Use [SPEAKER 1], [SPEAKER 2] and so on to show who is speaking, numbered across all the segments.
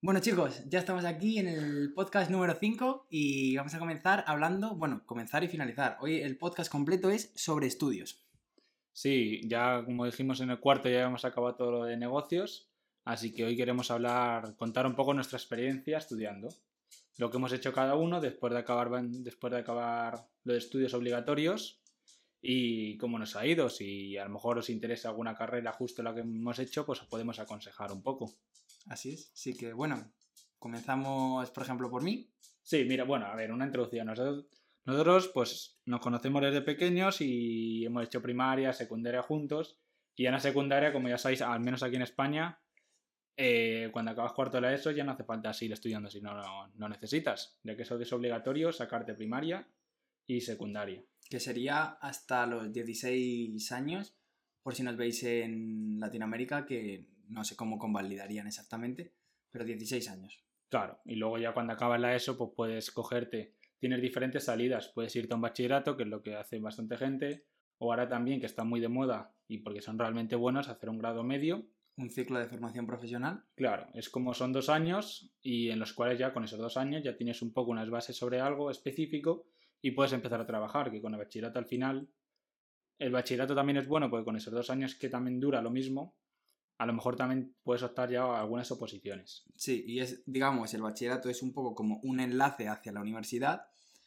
[SPEAKER 1] Bueno chicos, ya estamos aquí en el podcast número 5 y vamos a comenzar hablando, comenzar y finalizar. Hoy el podcast completo es sobre estudios.
[SPEAKER 2] Sí, ya como dijimos en el cuarto ya hemos acabado todo lo de negocios, así que hoy queremos contar un poco nuestra experiencia estudiando, lo que hemos hecho cada uno después de acabar los estudios obligatorios y cómo nos ha ido. Si a lo mejor os interesa alguna carrera justo la que hemos hecho, pues os podemos aconsejar un poco.
[SPEAKER 1] Así es, así que comenzamos por ejemplo por mí.
[SPEAKER 2] Sí, mira, bueno, a ver, una introducción. Nosotros pues nos conocemos desde pequeños y hemos hecho primaria, secundaria juntos. Y en la secundaria, como ya sabéis, al menos aquí en España, cuando acabas cuarto de la ESO ya no hace falta seguir estudiando si no necesitas, ya que eso es obligatorio sacarte primaria y secundaria.
[SPEAKER 1] Que sería hasta los 16 años, por si nos veis en Latinoamérica, que no sé cómo convalidarían exactamente, pero 16 años.
[SPEAKER 2] Claro, y luego ya cuando acabas la ESO, pues puedes tienes diferentes salidas, puedes irte a un bachillerato, que es lo que hace bastante gente, o ahora también, que está muy de moda y porque son realmente buenos, hacer un grado medio.
[SPEAKER 1] Un ciclo de formación profesional.
[SPEAKER 2] Claro, es como son 2 años y en los cuales ya con esos 2 años ya tienes un poco unas bases sobre algo específico y puedes empezar a trabajar, que con el bachillerato al final, el bachillerato también es bueno porque con esos 2 años que también dura lo mismo, a lo mejor también puedes optar ya a algunas oposiciones.
[SPEAKER 1] Sí, y digamos, el bachillerato es un poco como un enlace hacia la universidad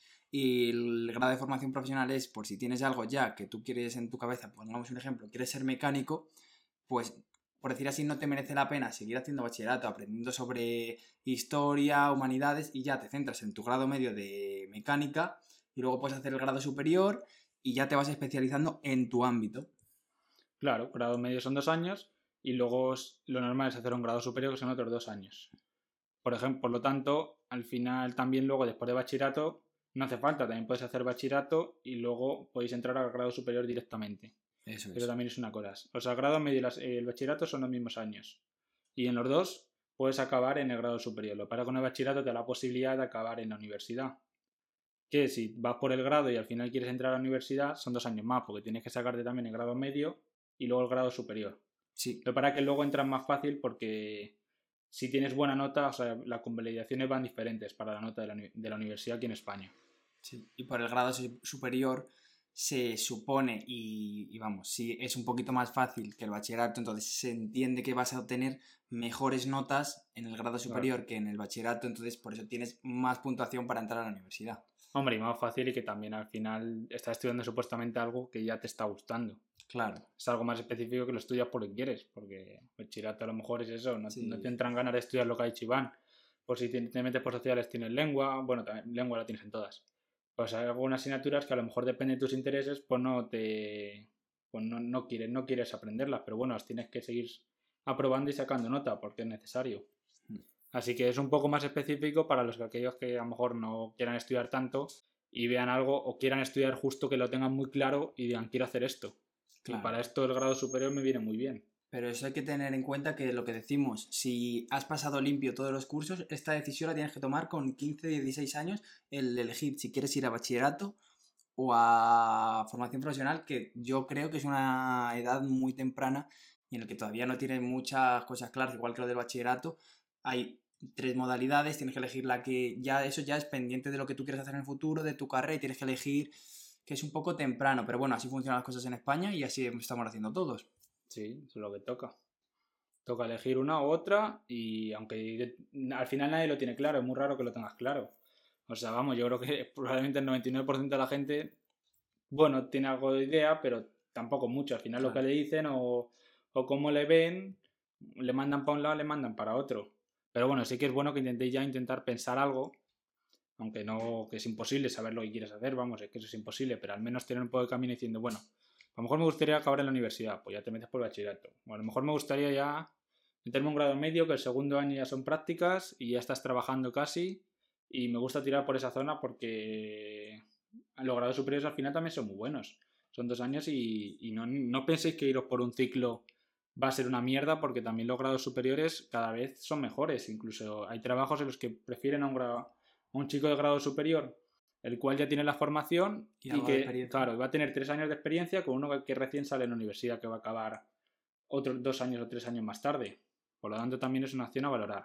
[SPEAKER 1] y el grado de formación profesional es por si tienes algo ya que tú quieres en tu cabeza, pongamos un ejemplo, quieres ser mecánico, pues por decir así no te merece la pena seguir haciendo bachillerato, aprendiendo sobre historia, humanidades y ya te centras en tu grado medio de mecánica y luego puedes hacer el grado superior y ya te vas especializando en tu ámbito.
[SPEAKER 2] Claro, grado medio son 2 años y luego lo normal es hacer un grado superior que son otros 2 años. Por ejemplo, por lo tanto, al final también luego después de bachillerato no hace falta, también puedes hacer bachillerato y luego podéis entrar al grado superior directamente.
[SPEAKER 1] Eso
[SPEAKER 2] Eso
[SPEAKER 1] es.
[SPEAKER 2] también es una cosa. O sea, el grado medio y el bachillerato son los mismos años. Y en los dos puedes acabar en el grado superior. Lo para con el bachillerato te da la posibilidad de acabar en la universidad. Que si vas por el grado y al final quieres entrar a la universidad, son 2 años más, porque tienes que sacarte también el grado medio y luego el grado superior.
[SPEAKER 1] Sí.
[SPEAKER 2] Lo para que luego entras más fácil porque si tienes buena nota, o sea, las convalidaciones van diferentes para la nota de la universidad aquí en España.
[SPEAKER 1] Sí. Y por el grado superior se supone, y vamos, sí es un poquito más fácil que el bachillerato, entonces se entiende que vas a obtener mejores notas en el grado superior
[SPEAKER 2] Claro.
[SPEAKER 1] que en el bachillerato, entonces por eso tienes más puntuación para entrar a la universidad.
[SPEAKER 2] Hombre, y más fácil y que también al final estás estudiando supuestamente algo que ya te está gustando.
[SPEAKER 1] Claro.
[SPEAKER 2] Es algo más específico que lo estudias porque quieres, porque el bachillerato a lo mejor es eso, no
[SPEAKER 1] Sí.
[SPEAKER 2] te entran ganas de estudiar lo que ha dicho Iván. Por si te metes por sociales tienes lengua, bueno, también lengua la tienes en todas. Pues hay algunas asignaturas que a lo mejor depende de tus intereses, pues no quieres aprenderlas, pero bueno, las tienes que seguir aprobando y sacando nota porque es necesario. Así que es un poco más específico para aquellos que a lo mejor no quieran estudiar tanto y vean algo o quieran estudiar justo que lo tengan muy claro y digan quiero hacer esto.
[SPEAKER 1] Claro.
[SPEAKER 2] Y para esto el grado superior me viene muy bien.
[SPEAKER 1] Pero eso hay que tener en cuenta que lo que decimos, si has pasado limpio todos los cursos, esta decisión la tienes que tomar con 15, 16 años, el elegir si quieres ir a bachillerato o a formación profesional, que yo creo que es una edad muy temprana y en el que todavía no tienes muchas cosas claras, igual que lo del bachillerato. Hay 3 modalidades, tienes que elegir la que ya, eso ya es pendiente de lo que tú quieres hacer en el futuro, de tu carrera, y tienes que elegir que es un poco temprano, pero bueno, así funcionan las cosas en España y así estamos haciendo todos.
[SPEAKER 2] Sí, eso es lo que toca. Toca elegir una u otra y aunque al final nadie lo tiene claro, es muy raro que lo tengas claro. O sea, vamos, yo creo que probablemente el 99% de la gente, bueno, tiene algo de idea, pero tampoco mucho. Al final
[SPEAKER 1] Claro.
[SPEAKER 2] lo que le dicen o cómo le ven, le mandan para un lado, le mandan para otro. Pero bueno, sí que es bueno que intentéis ya intentar pensar algo, aunque no, que es imposible saber lo que quieres hacer, vamos, es que eso es imposible, pero al menos tener un poco de camino diciendo, bueno, a lo mejor me gustaría acabar en la universidad, pues ya te metes por el bachillerato. O a lo mejor me gustaría ya meterme un grado medio, que el segundo año ya son prácticas y ya estás trabajando casi, y me gusta tirar por esa zona porque los grados superiores al final también son muy buenos. Son 2 años y no penséis que iros por un ciclo va a ser una mierda porque también los grados superiores cada vez son mejores. Incluso hay trabajos en los que prefieren a un chico de grado superior, el cual ya tiene la formación y que, claro, va a tener 3 años de experiencia con uno que recién sale en la universidad, que va a acabar otros 2 años o 3 años más tarde. Por lo tanto, también es una opción a valorar.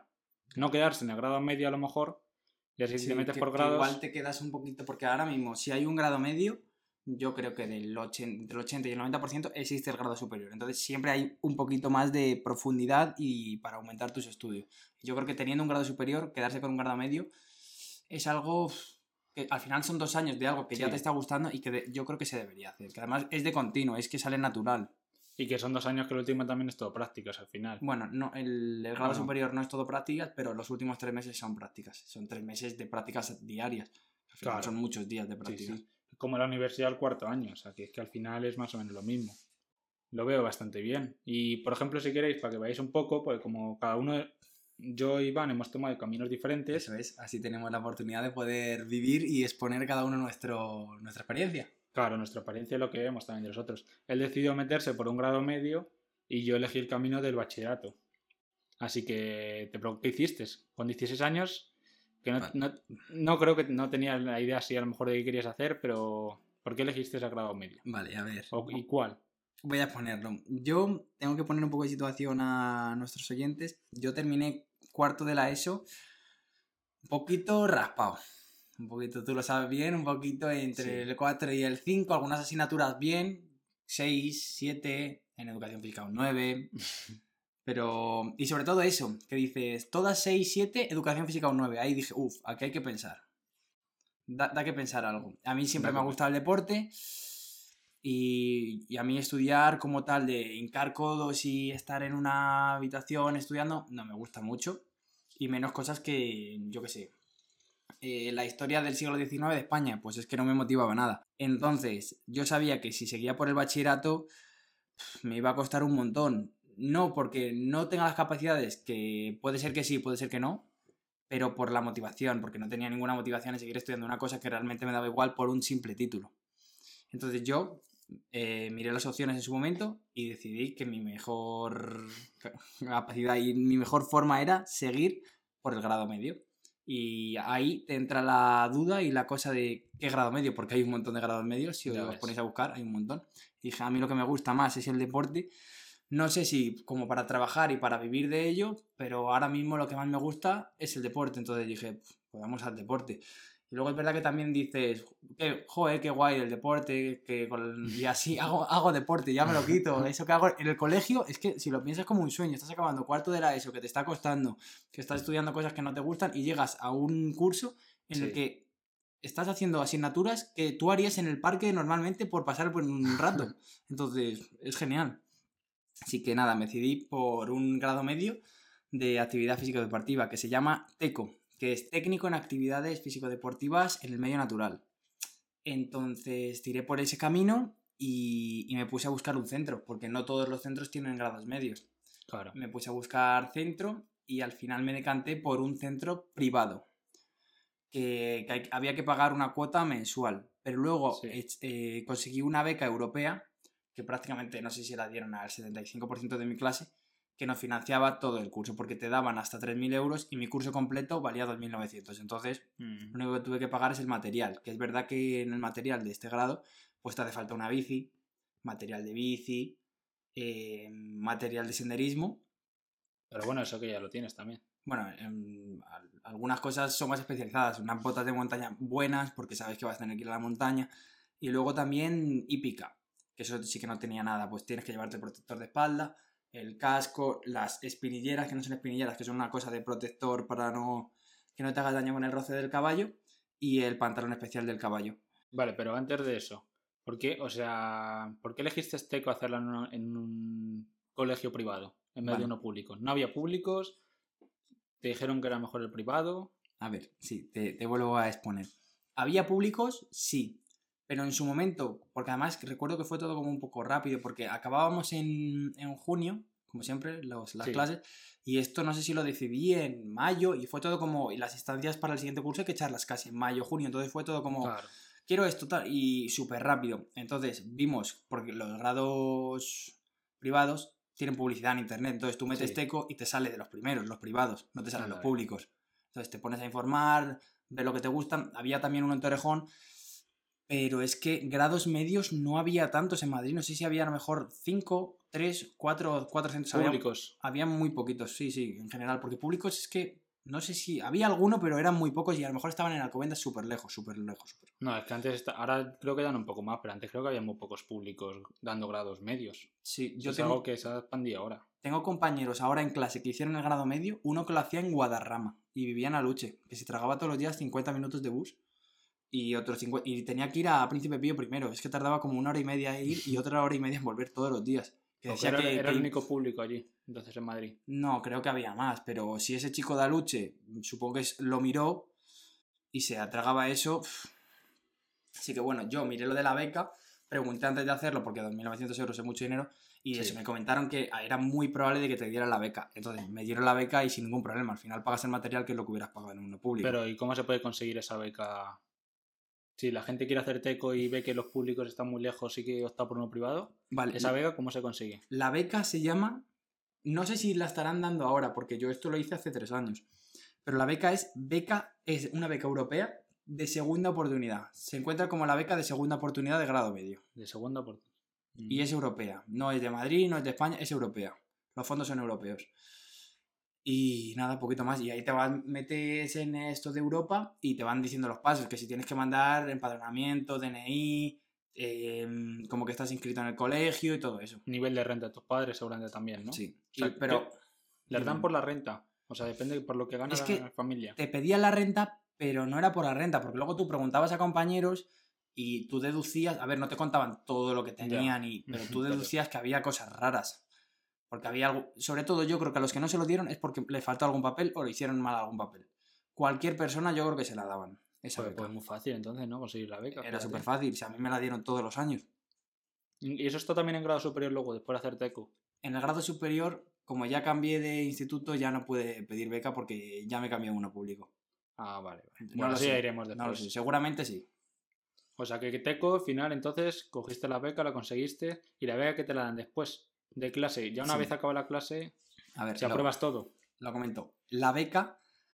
[SPEAKER 2] No quedarse en el grado medio a lo mejor, y así si te
[SPEAKER 1] Sí,
[SPEAKER 2] metes
[SPEAKER 1] que,
[SPEAKER 2] por
[SPEAKER 1] que
[SPEAKER 2] grados...
[SPEAKER 1] igual te quedas un poquito, porque ahora mismo, si hay un grado medio, yo creo que entre el 80 y el 90% existe el grado superior. Entonces siempre hay un poquito más de profundidad y para aumentar tus estudios. Yo creo que teniendo un grado superior, quedarse con un grado medio es algo que al final son 2 años de algo que ya te
[SPEAKER 2] Sí,
[SPEAKER 1] está gustando y que yo creo que se debería hacer. Que además es de continuo, es que sale natural.
[SPEAKER 2] y que son 2 años que el último también es todo prácticas al final.
[SPEAKER 1] Bueno, no, el grado
[SPEAKER 2] Bueno,
[SPEAKER 1] superior no es todo prácticas, pero los últimos 3 meses son prácticas. Son 3 meses de prácticas diarias. Al final son
[SPEAKER 2] claro,
[SPEAKER 1] muchos días de
[SPEAKER 2] sí,
[SPEAKER 1] prácticas.
[SPEAKER 2] sí. Como la universidad al cuarto año, o sea, que es que al final es más o menos lo mismo. Lo veo bastante bien. Y, por ejemplo, si queréis, para que veáis un poco, pues como cada uno, yo y Iván hemos tomado caminos diferentes,
[SPEAKER 1] Eso es, así tenemos la oportunidad de poder vivir y exponer cada uno nuestra experiencia.
[SPEAKER 2] claro, nuestra apariencia es lo que vemos también de los otros. Él decidió meterse por un grado medio y yo elegí el camino del bachillerato. Así que, ¿qué hiciste? Con 16 años, que
[SPEAKER 1] Vale,
[SPEAKER 2] no creo que no tenía la idea así a lo mejor de qué querías hacer, pero ¿por qué elegiste ese grado medio?
[SPEAKER 1] vale, a ver.
[SPEAKER 2] ¿Y cuál?
[SPEAKER 1] Voy a exponerlo. Yo tengo que poner un poco de situación a nuestros oyentes. Yo terminé cuarto de la ESO un poquito raspado. Un poquito, tú lo sabes bien, un poquito entre
[SPEAKER 2] Sí,
[SPEAKER 1] el 4 y el 5, algunas asignaturas bien, 6 7 en educación física un 9. Pero, y sobre todo eso, que dices, todas 6 7 educación física un 9. Ahí dije, uff, aquí hay que pensar. Da que pensar algo. A mí siempre
[SPEAKER 2] da
[SPEAKER 1] me
[SPEAKER 2] que
[SPEAKER 1] ha gustado el deporte y a mí estudiar como tal de hincar codos y estar en una habitación estudiando no me gusta mucho. Y menos cosas que, yo qué sé, la historia del siglo XIX de España, pues es que no me motivaba nada. Entonces, yo sabía que si seguía por el bachillerato me iba a costar un montón. No porque no tenga las capacidades, que puede ser que sí, puede ser que no, pero por la motivación, porque no tenía ninguna motivación en seguir estudiando una cosa que realmente me daba igual por un simple título. Entonces yo miré las opciones en su momento y decidí que mi mejor capacidad y mi mejor forma era seguir por el grado medio. Y ahí te entra la duda y la cosa de qué grado medio, porque hay un montón de grados medios, si
[SPEAKER 2] ya
[SPEAKER 1] os
[SPEAKER 2] ves.
[SPEAKER 1] ponéis a buscar, hay un montón. Y dije, a mí lo que me gusta más es el deporte. No sé si como para trabajar y para vivir de ello, pero ahora mismo lo que más me gusta es el deporte. Entonces dije, pues vamos al deporte. Y luego es verdad que también dices, joder, qué guay el deporte, y así hago deporte, ya me lo quito. Eso que hago en el colegio es que si lo piensas como un sueño, estás acabando cuarto de la ESO, que te está costando, que estás estudiando cosas que no te gustan y llegas a un curso en el
[SPEAKER 2] Sí.
[SPEAKER 1] que estás haciendo asignaturas que tú harías en el parque normalmente por pasar por un rato. Entonces, es genial. Así que nada, me decidí por un grado medio de actividad físico-deportiva que se llama TECO, que es técnico en actividades físico-deportivas en el medio natural. Entonces tiré por ese camino y me puse a buscar un centro, porque no todos los centros tienen grados medios.
[SPEAKER 2] Claro.
[SPEAKER 1] Me puse a buscar centro y al final me decanté por un centro privado, que había que pagar una cuota mensual. Pero luego
[SPEAKER 2] Sí.
[SPEAKER 1] conseguí una beca europea, que prácticamente no sé si la dieron al 75% de mi clase, que nos financiaba todo el curso, porque te daban hasta 3.000 euros y mi curso completo valía 2.900. Entonces, lo único que tuve que pagar es el material, que es verdad que en el material de este grado, pues te hace falta una bici, material de bici, material de senderismo.
[SPEAKER 2] Pero bueno, eso que ya lo tienes también.
[SPEAKER 1] Bueno, algunas cosas son más especializadas, unas botas de montaña buenas porque sabes que vas a tener que ir a la montaña. Y luego también hípica, que eso sí que no tenía nada, pues tienes que llevarte el protector de espalda, el casco, las espinilleras, que no son espinilleras, que son una cosa de protector para que no te haga daño con el roce del caballo, y el pantalón especial del caballo.
[SPEAKER 2] Vale, pero antes de eso, ¿por qué, o sea, por qué elegiste Teco hacerlo en un colegio privado en vez de
[SPEAKER 1] Vale,
[SPEAKER 2] uno público? ¿No había públicos? ¿Te dijeron que era mejor el privado?
[SPEAKER 1] a ver, sí, te vuelvo a exponer. ¿Había públicos? Sí. Pero en su momento, porque además recuerdo que fue todo como un poco rápido, porque acabábamos en junio, como siempre, las
[SPEAKER 2] Sí,
[SPEAKER 1] clases, y esto no sé si lo decidí en mayo, y fue todo como, y las instancias para el siguiente curso hay que echarlas casi en mayo, junio, entonces fue todo como,
[SPEAKER 2] claro.
[SPEAKER 1] quiero esto, tal, y súper rápido. Entonces vimos, porque los grados privados tienen publicidad en internet, entonces tú metes
[SPEAKER 2] Sí,
[SPEAKER 1] Teco y te sale de los primeros, los privados, no te salen los
[SPEAKER 2] anda bien.
[SPEAKER 1] públicos. Entonces te pones a informar, ves lo que te gustan. Había también uno en Torrejón, pero es que grados medios no había tantos en Madrid. No sé si había a lo mejor 5, 3, 4 centros. Había,
[SPEAKER 2] Públicos.
[SPEAKER 1] había muy poquitos, sí, sí, en general. Porque públicos es que No sé si había alguno, pero eran muy pocos y a lo mejor estaban en Alcobendas súper lejos, súper lejos.
[SPEAKER 2] No, es que antes, ahora creo que dan un poco más, pero antes creo que había muy pocos públicos dando grados medios.
[SPEAKER 1] Sí,
[SPEAKER 2] Eso
[SPEAKER 1] yo
[SPEAKER 2] es algo que se ha expandido ahora.
[SPEAKER 1] tengo compañeros ahora en clase que hicieron el grado medio, uno que lo hacía en Guadarrama y vivía en Aluche, que se tragaba todos los días 50 minutos de bus y otros 50, y tenía que ir a Príncipe Pío primero. Es que tardaba como 1 hora y media en ir y otra hora y media en volver todos los días. Que
[SPEAKER 2] Porque
[SPEAKER 1] decía
[SPEAKER 2] era el único público allí, entonces en Madrid.
[SPEAKER 1] No, creo que había más, pero si ese chico de Aluche, supongo que lo miró y se atragaba eso. Así que bueno, yo miré lo de la beca, pregunté antes de hacerlo porque 2.900 euros es mucho dinero y
[SPEAKER 2] Sí.
[SPEAKER 1] eso, me comentaron que era muy probable de que te dieran la beca. Entonces me dieron la beca y sin ningún problema. Al final pagas el material que es lo que hubieras pagado en uno público.
[SPEAKER 2] Pero ¿y cómo se puede conseguir esa beca? Si la gente quiere hacer teco y ve que los públicos están muy lejos y que opta por uno privado,
[SPEAKER 1] Vale,
[SPEAKER 2] ¿esa beca cómo se consigue?
[SPEAKER 1] la beca se llama, no sé si la estarán dando ahora porque yo esto lo hice hace 3 años, pero la beca es una beca europea de segunda oportunidad. Se encuentra como la beca de segunda oportunidad de grado medio.
[SPEAKER 2] De segunda por...
[SPEAKER 1] Y es europea. No es de Madrid, no es de España, es europea. Los fondos son europeos. Y nada, poquito más. Y ahí metes en esto de Europa y te van diciendo los pasos. Que si tienes que mandar empadronamiento, DNI, como que estás inscrito en el colegio y todo eso.
[SPEAKER 2] Nivel de renta de tus padres seguramente también, ¿no?
[SPEAKER 1] Sí.
[SPEAKER 2] O sea,
[SPEAKER 1] Pero
[SPEAKER 2] les dan por la renta. O sea, depende por lo que gana
[SPEAKER 1] es que
[SPEAKER 2] la familia.
[SPEAKER 1] te pedían la renta, pero no era por la renta. Porque luego tú preguntabas a compañeros y tú deducías. A ver, no te contaban todo lo que tenían, pero tú deducías que había cosas raras. Porque había algo, sobre todo yo creo que a los que no se lo dieron es porque le faltó algún papel o le hicieron mal algún papel. Cualquier persona yo creo que se la daban. Esa beca.
[SPEAKER 2] Pues muy fácil entonces, ¿no? Conseguir la beca.
[SPEAKER 1] Era
[SPEAKER 2] fíjate.
[SPEAKER 1] súper fácil, si a mí me la dieron todos los años.
[SPEAKER 2] Y eso está también en grado superior luego, después de hacer teco.
[SPEAKER 1] En el grado superior, como ya cambié de instituto, ya no pude pedir beca porque ya me cambié a uno público.
[SPEAKER 2] Ah, vale.
[SPEAKER 1] No lo
[SPEAKER 2] así
[SPEAKER 1] sé,
[SPEAKER 2] iremos después.
[SPEAKER 1] no lo sé, seguramente sí.
[SPEAKER 2] O sea, que teco, al final, entonces, cogiste la beca, la conseguiste, y la beca que te la dan después de clase. Ya una
[SPEAKER 1] Sí.
[SPEAKER 2] vez acaba la clase,
[SPEAKER 1] A ver,
[SPEAKER 2] si apruebas todo.
[SPEAKER 1] Lo comento. La beca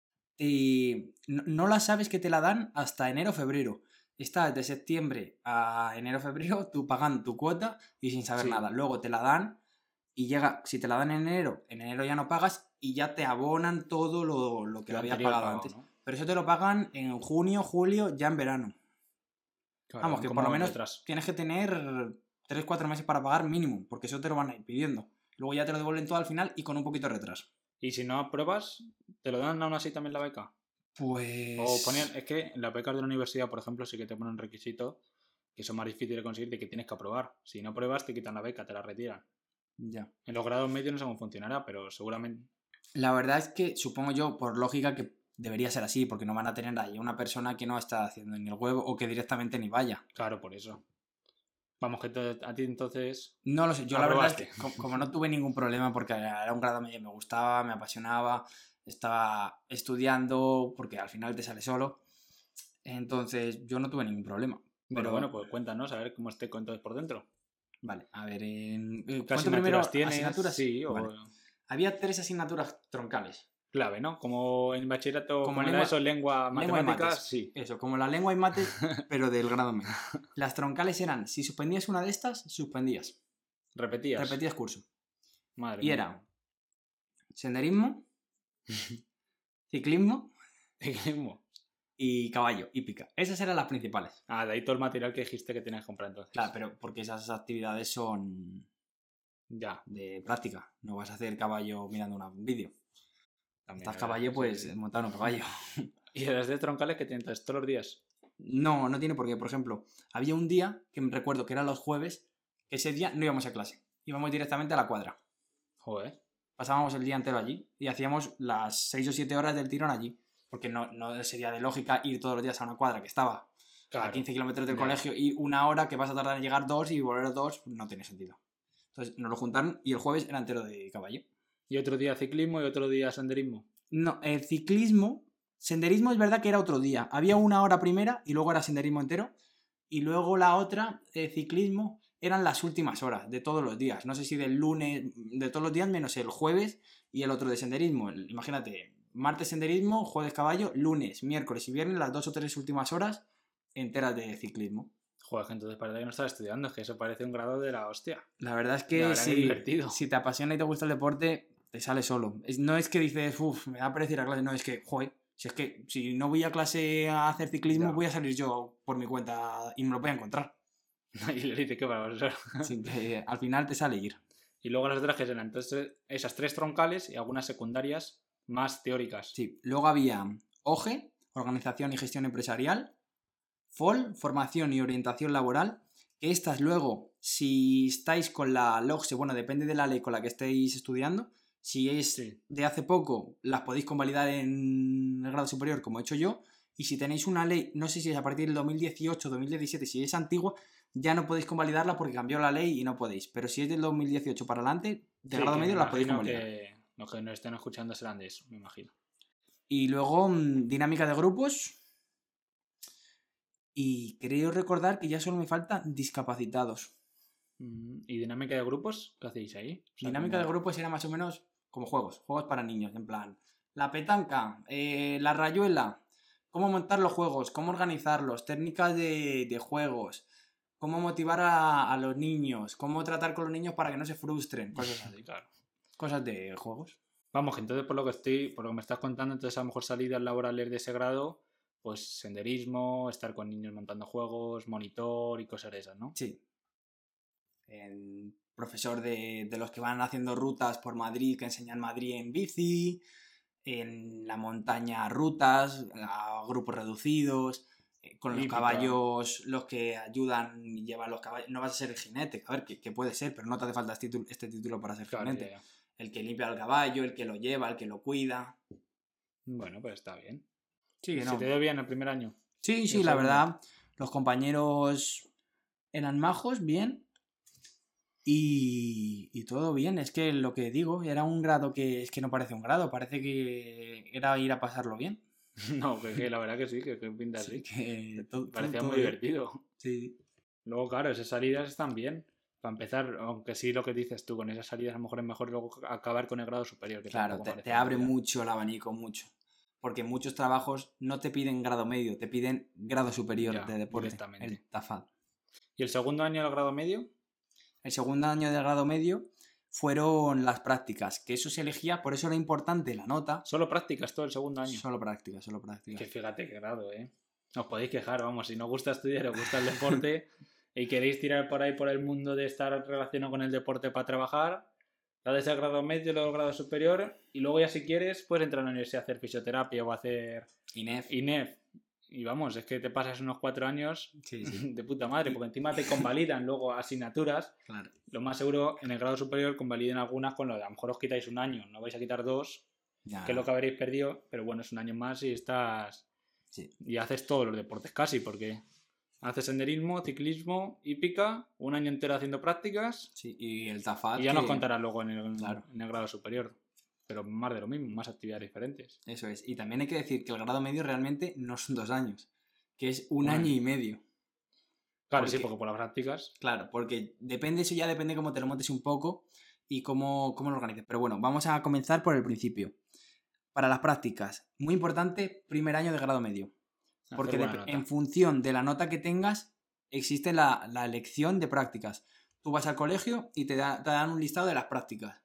[SPEAKER 1] no la sabes que te la dan hasta enero o febrero. Estás de septiembre a enero o febrero, tú pagando tu cuota y sin saber
[SPEAKER 2] Sí.
[SPEAKER 1] nada. Luego te la dan y llega, si te la dan en enero ya no pagas y ya te abonan todo lo que
[SPEAKER 2] Lo
[SPEAKER 1] habías
[SPEAKER 2] anterior
[SPEAKER 1] pagado
[SPEAKER 2] pagado,
[SPEAKER 1] antes.
[SPEAKER 2] ¿no?
[SPEAKER 1] Pero eso te lo pagan en junio, julio, ya en verano.
[SPEAKER 2] Claro,
[SPEAKER 1] Vamos, que
[SPEAKER 2] como
[SPEAKER 1] por lo menos
[SPEAKER 2] detrás.
[SPEAKER 1] tienes que tener 3-4 meses para pagar mínimo, porque eso te lo van a ir pidiendo. Luego ya te lo devuelven todo al final y con un poquito de retraso.
[SPEAKER 2] Y si no apruebas, ¿te lo dan aún así también la beca?
[SPEAKER 1] Pues...
[SPEAKER 2] O ponían, es que en las becas de la universidad, por ejemplo, sí que te ponen un requisito que son más difíciles de conseguir, de que tienes que aprobar. Si no apruebas, te quitan la beca, te la retiran.
[SPEAKER 1] Ya.
[SPEAKER 2] En los grados medios no sé cómo funcionará, pero seguramente...
[SPEAKER 1] La verdad es que supongo yo, por lógica, que debería ser así, porque no van a tener ahí una persona que no está haciendo ni el huevo o que directamente ni vaya.
[SPEAKER 2] Claro, por eso. Vamos, que a ti entonces...
[SPEAKER 1] No lo sé, yo la verdad es
[SPEAKER 2] ¿Aprobaste?
[SPEAKER 1] que como no tuve ningún problema porque era un grado medio, me gustaba, me apasionaba, estaba estudiando porque al final te sale solo, entonces yo no tuve ningún problema. Pero
[SPEAKER 2] Bueno, pues cuéntanos, a ver cómo esté entonces por dentro.
[SPEAKER 1] Vale, a ver,
[SPEAKER 2] ¿Qué
[SPEAKER 1] ¿cuánto primero
[SPEAKER 2] asignaturas tienes?
[SPEAKER 1] asignaturas?
[SPEAKER 2] Sí, o...
[SPEAKER 1] Vale. Había 3 asignaturas troncales.
[SPEAKER 2] Clave, ¿no? Como en bachillerato,
[SPEAKER 1] Como
[SPEAKER 2] como
[SPEAKER 1] lengua-
[SPEAKER 2] eso, lengua,
[SPEAKER 1] Lengua y
[SPEAKER 2] matemáticas,
[SPEAKER 1] mates.
[SPEAKER 2] sí.
[SPEAKER 1] Eso, como la lengua y mates, pero del grado medio. Las troncales eran, si suspendías una de estas, suspendías.
[SPEAKER 2] Repetías.
[SPEAKER 1] Repetías curso.
[SPEAKER 2] Madre
[SPEAKER 1] Y
[SPEAKER 2] mía.
[SPEAKER 1] era senderismo, ciclismo
[SPEAKER 2] Ciclismo.
[SPEAKER 1] y caballo, hípica. Esas eran las principales.
[SPEAKER 2] Ah, de ahí todo el material que dijiste que tenías que comprar entonces.
[SPEAKER 1] Claro, pero porque esas actividades son
[SPEAKER 2] Ya.
[SPEAKER 1] de práctica. No vas a hacer caballo mirando un vídeo.
[SPEAKER 2] También,
[SPEAKER 1] Estás
[SPEAKER 2] ¿verdad?
[SPEAKER 1] caballo,
[SPEAKER 2] Sí,
[SPEAKER 1] pues
[SPEAKER 2] sí.
[SPEAKER 1] montar un caballo.
[SPEAKER 2] Y las de troncales que tienes entonces todos los días.
[SPEAKER 1] No, no tiene por qué. Por ejemplo, había un día que me recuerdo que eran los jueves, que ese día no íbamos a clase. Íbamos directamente a la cuadra.
[SPEAKER 2] Joder.
[SPEAKER 1] Pasábamos el día entero allí y hacíamos las 6 o 7 horas del tirón allí. Porque no sería de lógica ir todos los días a una cuadra que estaba
[SPEAKER 2] Claro.
[SPEAKER 1] a 15 kilómetros del
[SPEAKER 2] Ya.
[SPEAKER 1] colegio y 1 hora que vas a tardar en llegar 2 y volver 2, no tiene sentido. Entonces nos lo juntaron y el jueves era entero de caballo.
[SPEAKER 2] Y otro día ciclismo y otro día senderismo.
[SPEAKER 1] No, el ciclismo, senderismo es verdad que era otro día. Había 1 hora primera y luego era senderismo entero. Y luego la otra, ciclismo, eran las últimas horas de todos los días. No sé si del lunes, de todos los días, menos el jueves y el otro de senderismo. Imagínate, martes senderismo, jueves caballo, lunes, miércoles y viernes, las 2 o 3 últimas horas enteras de ciclismo.
[SPEAKER 2] Joder, que entonces parece que no estás estudiando, es que eso parece un grado de la hostia.
[SPEAKER 1] La verdad es
[SPEAKER 2] La
[SPEAKER 1] que
[SPEAKER 2] verdad que es divertido.
[SPEAKER 1] si te apasiona y te gusta el deporte, te sale solo. No es que dices, uff, me da pereza ir a clase, no, es que, joder, si es que si no voy a clase a hacer ciclismo,
[SPEAKER 2] Ya.
[SPEAKER 1] voy a salir yo por mi cuenta y me lo voy a encontrar.
[SPEAKER 2] Y le dice que va a ser.
[SPEAKER 1] Así que al final te sale ir.
[SPEAKER 2] Y luego las otras que eran entonces esas 3 troncales y algunas secundarias más teóricas.
[SPEAKER 1] Sí, luego había OGE, Organización y Gestión Empresarial, FOL, Formación y Orientación Laboral, que estas luego, si estáis con la LOGSE, bueno, depende de la ley con la que estéis estudiando, si es
[SPEAKER 2] Sí.
[SPEAKER 1] de hace poco, las podéis convalidar en el grado superior, como he hecho yo, y si tenéis una ley, no sé si es a partir del 2018 o 2017, si es antigua, ya no podéis convalidarla porque cambió la ley y no podéis, pero si es del 2018 para adelante, de
[SPEAKER 2] Sí,
[SPEAKER 1] grado
[SPEAKER 2] que
[SPEAKER 1] medio
[SPEAKER 2] me
[SPEAKER 1] las podéis
[SPEAKER 2] imagino
[SPEAKER 1] convalidar.
[SPEAKER 2] que los que nos estén escuchando serán de eso, me imagino.
[SPEAKER 1] Y luego dinámica de grupos. Y creo recordar que ya solo me faltan discapacitados.
[SPEAKER 2] ¿Y dinámica de grupos? ¿Qué hacéis ahí? O sea,
[SPEAKER 1] Dinámica de grupos era más o menos como juegos para niños, en plan, la petanca, la rayuela, cómo montar los juegos, cómo organizarlos, técnicas de juegos, cómo motivar a los niños, cómo tratar con los niños para que no se frustren, cosas así,
[SPEAKER 2] claro.
[SPEAKER 1] cosas de juegos.
[SPEAKER 2] Vamos, que entonces por lo que me estás contando, entonces a lo mejor salidas laborales de ese grado, pues senderismo, estar con niños montando juegos, monitor y cosas de esas, ¿no?
[SPEAKER 1] Sí. Profesor de los que van haciendo rutas por Madrid, que enseñan Madrid en bici, en la montaña rutas, a grupos reducidos, con los
[SPEAKER 2] Hípica.
[SPEAKER 1] caballos, los que ayudan y llevan los caballos. No vas a ser el jinete, a ver, que puede ser, pero no te hace falta este título para ser
[SPEAKER 2] Claro,
[SPEAKER 1] jinete.
[SPEAKER 2] ya.
[SPEAKER 1] El que limpia al caballo, el que lo lleva, el que lo cuida.
[SPEAKER 2] Bueno, pues está bien.
[SPEAKER 1] Sí,
[SPEAKER 2] ¿Y
[SPEAKER 1] que
[SPEAKER 2] ¿Se
[SPEAKER 1] no.
[SPEAKER 2] te dio bien el primer año?
[SPEAKER 1] Sí,
[SPEAKER 2] el
[SPEAKER 1] la
[SPEAKER 2] segundo?
[SPEAKER 1] verdad, los compañeros eran majos, bien. Y todo bien, es que lo que digo, era un grado que es que no parece un grado, parece que era ir a pasarlo bien.
[SPEAKER 2] No, que la verdad que sí, que pinta
[SPEAKER 1] Sí,
[SPEAKER 2] así.
[SPEAKER 1] que
[SPEAKER 2] Parecía
[SPEAKER 1] todo
[SPEAKER 2] muy
[SPEAKER 1] bien.
[SPEAKER 2] divertido.
[SPEAKER 1] Sí.
[SPEAKER 2] Luego, claro, esas salidas están bien. Para empezar, aunque sí lo que dices tú, con esas salidas a lo mejor es mejor luego acabar con el grado superior. Que
[SPEAKER 1] Claro,
[SPEAKER 2] tampoco
[SPEAKER 1] te
[SPEAKER 2] parece
[SPEAKER 1] abre
[SPEAKER 2] mal ya.
[SPEAKER 1] mucho el abanico, mucho. Porque muchos trabajos no te piden grado medio, te piden grado superior
[SPEAKER 2] Ya,
[SPEAKER 1] de deporte,
[SPEAKER 2] directamente.
[SPEAKER 1] el TAFAD.
[SPEAKER 2] ¿Y el segundo año del grado medio?
[SPEAKER 1] El segundo año del grado medio fueron las prácticas, que eso se elegía, por eso era importante la nota.
[SPEAKER 2] Solo prácticas todo el segundo año.
[SPEAKER 1] Solo prácticas, solo prácticas.
[SPEAKER 2] Que fíjate qué grado, ¿eh? Os podéis quejar, vamos, si no os gusta estudiar, os gusta el deporte y queréis tirar por ahí por el mundo de estar relacionado con el deporte para trabajar, dades el grado medio, luego el grado superior y luego ya si quieres puedes entrar a la universidad a hacer fisioterapia o a hacer INEF. Y vamos, es que te pasas unos 4 años
[SPEAKER 1] Sí, sí.
[SPEAKER 2] de puta madre, porque encima te convalidan luego asignaturas.
[SPEAKER 1] Claro.
[SPEAKER 2] Lo más seguro, en el grado superior convaliden algunas con lo de a lo mejor os quitáis un año, no vais a quitar 2,
[SPEAKER 1] Ya.
[SPEAKER 2] que es lo que habréis perdido, pero bueno, es un año más y estás...
[SPEAKER 1] Sí.
[SPEAKER 2] Y haces todos los deportes casi, porque haces senderismo, ciclismo, hípica, un año entero haciendo prácticas
[SPEAKER 1] Sí, y el TAFAD.
[SPEAKER 2] y ya nos contarás luego en el,
[SPEAKER 1] Claro.
[SPEAKER 2] en el grado superior. Pero más de lo mismo, más actividades diferentes.
[SPEAKER 1] Eso es. Y también hay que decir que el grado medio realmente no son 2 años, que es un
[SPEAKER 2] Bueno.
[SPEAKER 1] año y medio.
[SPEAKER 2] Claro, sí, porque por las prácticas...
[SPEAKER 1] Claro, porque depende, eso ya depende cómo te lo montes un poco y cómo lo organices. Pero bueno, vamos a comenzar por el principio. Para las prácticas, muy importante, primer año de grado medio.
[SPEAKER 2] hacer
[SPEAKER 1] Porque
[SPEAKER 2] buena nota.
[SPEAKER 1] en función de la nota que tengas, existe la elección de prácticas. Tú vas al colegio y te dan un listado de las prácticas.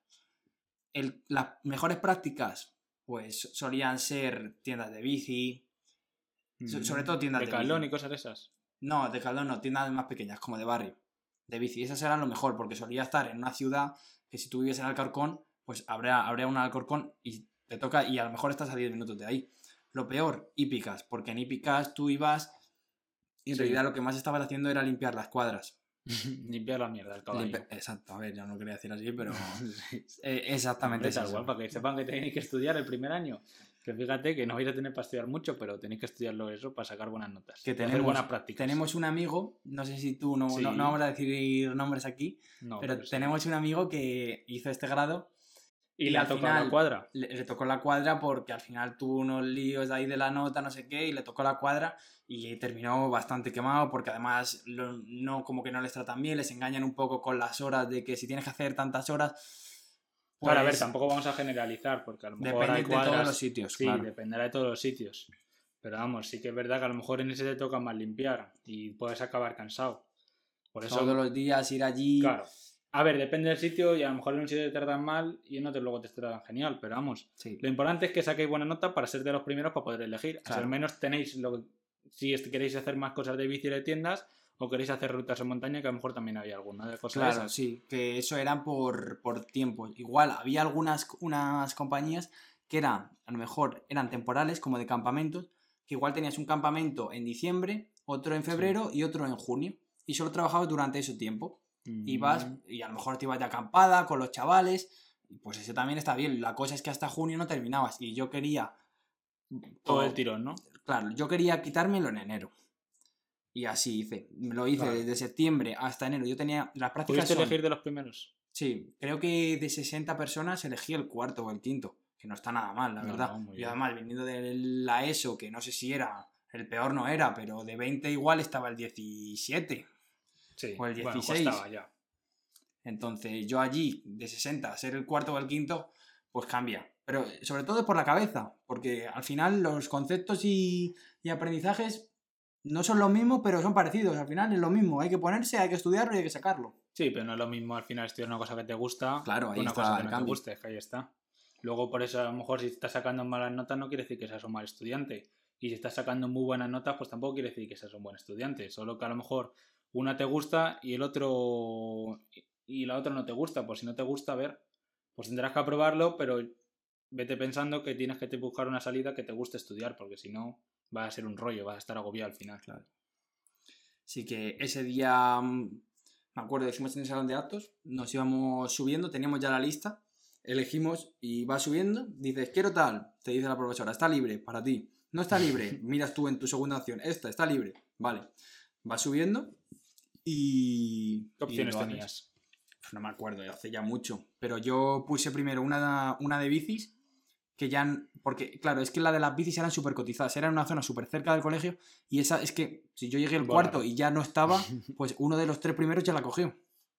[SPEAKER 1] Las mejores prácticas, pues solían ser tiendas de bici, sobre todo tiendas de
[SPEAKER 2] Decathlon
[SPEAKER 1] bici.
[SPEAKER 2] y cosas de esas.
[SPEAKER 1] No, de Decathlon no, tiendas más pequeñas, como de barrio, de bici. Esas eran lo mejor, porque solía estar en una ciudad que si tú vives en Alcorcón, pues habría una Alcorcón y te toca, y a lo mejor estás a 10 minutos de ahí. Lo peor, hípicas, porque en hípicas tú ibas y en realidad lo que más estabas haciendo era limpiar las cuadras.
[SPEAKER 2] Limpiar la mierda del caballo.
[SPEAKER 1] Exacto, a ver, yo no quería decir así, pero
[SPEAKER 2] Sí.
[SPEAKER 1] exactamente
[SPEAKER 2] Hombre, tal
[SPEAKER 1] eso.
[SPEAKER 2] cual, para que sepan que tenéis que estudiar el primer año. Que fíjate que no vais a tener para estudiar mucho, pero tenéis que estudiarlo eso para sacar buenas notas.
[SPEAKER 1] Que
[SPEAKER 2] y hacer buenas prácticas.
[SPEAKER 1] tenemos un amigo, no sé si tú,
[SPEAKER 2] Sí.
[SPEAKER 1] no vamos a decir nombres aquí,
[SPEAKER 2] No,
[SPEAKER 1] pero
[SPEAKER 2] sí.
[SPEAKER 1] tenemos un amigo que hizo este grado
[SPEAKER 2] Y le ha
[SPEAKER 1] al
[SPEAKER 2] tocado
[SPEAKER 1] final
[SPEAKER 2] la cuadra.
[SPEAKER 1] le tocó la cuadra porque al final tuvo unos líos ahí de la nota, no sé qué, y le tocó la cuadra y terminó bastante quemado porque además no, como que no les tratan bien, les engañan un poco con las horas de que si tienes que hacer tantas horas... Pues
[SPEAKER 2] Claro, a ver, tampoco vamos a generalizar porque a lo mejor
[SPEAKER 1] depende
[SPEAKER 2] hay cuadras...
[SPEAKER 1] de todos los sitios,
[SPEAKER 2] Sí,
[SPEAKER 1] claro.
[SPEAKER 2] dependerá de todos los sitios. Pero vamos, sí que es verdad que a lo mejor en ese te toca más limpiar y puedes acabar cansado. Por eso,
[SPEAKER 1] Todos los días ir allí,
[SPEAKER 2] claro, A ver, depende del sitio y a lo mejor en un sitio te tratan mal y en otro luego te tratan genial, pero vamos.
[SPEAKER 1] Sí.
[SPEAKER 2] Lo importante es que saquéis buena nota para ser de los primeros para poder elegir. Así
[SPEAKER 1] Claro.
[SPEAKER 2] al menos tenéis si queréis hacer más cosas de bici de tiendas o queréis hacer rutas en montaña, que a lo mejor también había alguna de cosas
[SPEAKER 1] Claro,
[SPEAKER 2] esas.
[SPEAKER 1] sí, que eso eran por tiempo. Igual había unas compañías que eran, a lo mejor eran temporales, como de campamentos, que igual tenías un campamento en diciembre, otro en febrero y otro en junio. Y solo trabajabas durante ese tiempo. Ibas y a lo mejor te ibas de acampada con los chavales, y pues ese también está bien. La cosa es que hasta junio no terminabas y yo quería...
[SPEAKER 2] Todo el tirón, ¿no?
[SPEAKER 1] Claro, yo quería quitármelo en enero. Y así hice. Lo hice
[SPEAKER 2] Claro.
[SPEAKER 1] desde septiembre hasta enero. Yo tenía... Las prácticas
[SPEAKER 2] ¿Pudiste
[SPEAKER 1] son...
[SPEAKER 2] elegir de los primeros?
[SPEAKER 1] Sí, creo que de 60 personas elegí el cuarto o el quinto, que no está nada mal, la
[SPEAKER 2] No,
[SPEAKER 1] verdad.
[SPEAKER 2] no, muy
[SPEAKER 1] Y
[SPEAKER 2] bien.
[SPEAKER 1] además, viniendo de la ESO, que no sé si era, el peor no era, pero de 20 igual estaba el 17
[SPEAKER 2] Sí,
[SPEAKER 1] o el
[SPEAKER 2] bueno,
[SPEAKER 1] 16.
[SPEAKER 2] costaba ya.
[SPEAKER 1] Entonces, yo allí, de 60 a ser el cuarto o el quinto, pues cambia. Pero sobre todo por la cabeza, porque al final los conceptos y aprendizajes no son los mismos, pero son parecidos. Al final es lo mismo. Hay que ponerse, hay que estudiarlo y hay que sacarlo.
[SPEAKER 2] Sí, pero no es lo mismo al final estudiar una cosa que te gusta
[SPEAKER 1] Claro, ahí
[SPEAKER 2] que una
[SPEAKER 1] está
[SPEAKER 2] cosa que
[SPEAKER 1] el
[SPEAKER 2] no te
[SPEAKER 1] cambio.
[SPEAKER 2] guste, que ahí está. Luego, por eso, a lo mejor si estás sacando malas notas no quiere decir que seas un mal estudiante. Y si estás sacando muy buenas notas, pues tampoco quiere decir que seas un buen estudiante. Solo que a lo mejor una te gusta y el otro y la otra no te gusta. Pues si no te gusta, a ver, pues tendrás que aprobarlo, pero vete pensando que tienes que buscar una salida que te guste estudiar, porque si no va a ser un rollo, vas a estar agobiado al final.
[SPEAKER 1] Claro. Así que ese día, me acuerdo, decimos en el salón de actos, nos íbamos subiendo, teníamos ya la lista, elegimos y va subiendo, dices, quiero tal, te dice la profesora, está libre para ti. No está libre, miras tú en tu segunda opción, esta está libre, vale. Va subiendo y...
[SPEAKER 2] ¿Qué opciones
[SPEAKER 1] y lo haces.
[SPEAKER 2] tenías?
[SPEAKER 1] Pues no me acuerdo, hace ya mucho. Pero yo puse primero una de bicis, que ya... Porque, claro, es que la de las bicis eran súper cotizadas, era en una zona súper cerca del colegio, y esa es que si yo llegué al
[SPEAKER 2] Volaron.
[SPEAKER 1] cuarto y ya no estaba, pues uno de los 3 primeros ya la cogió.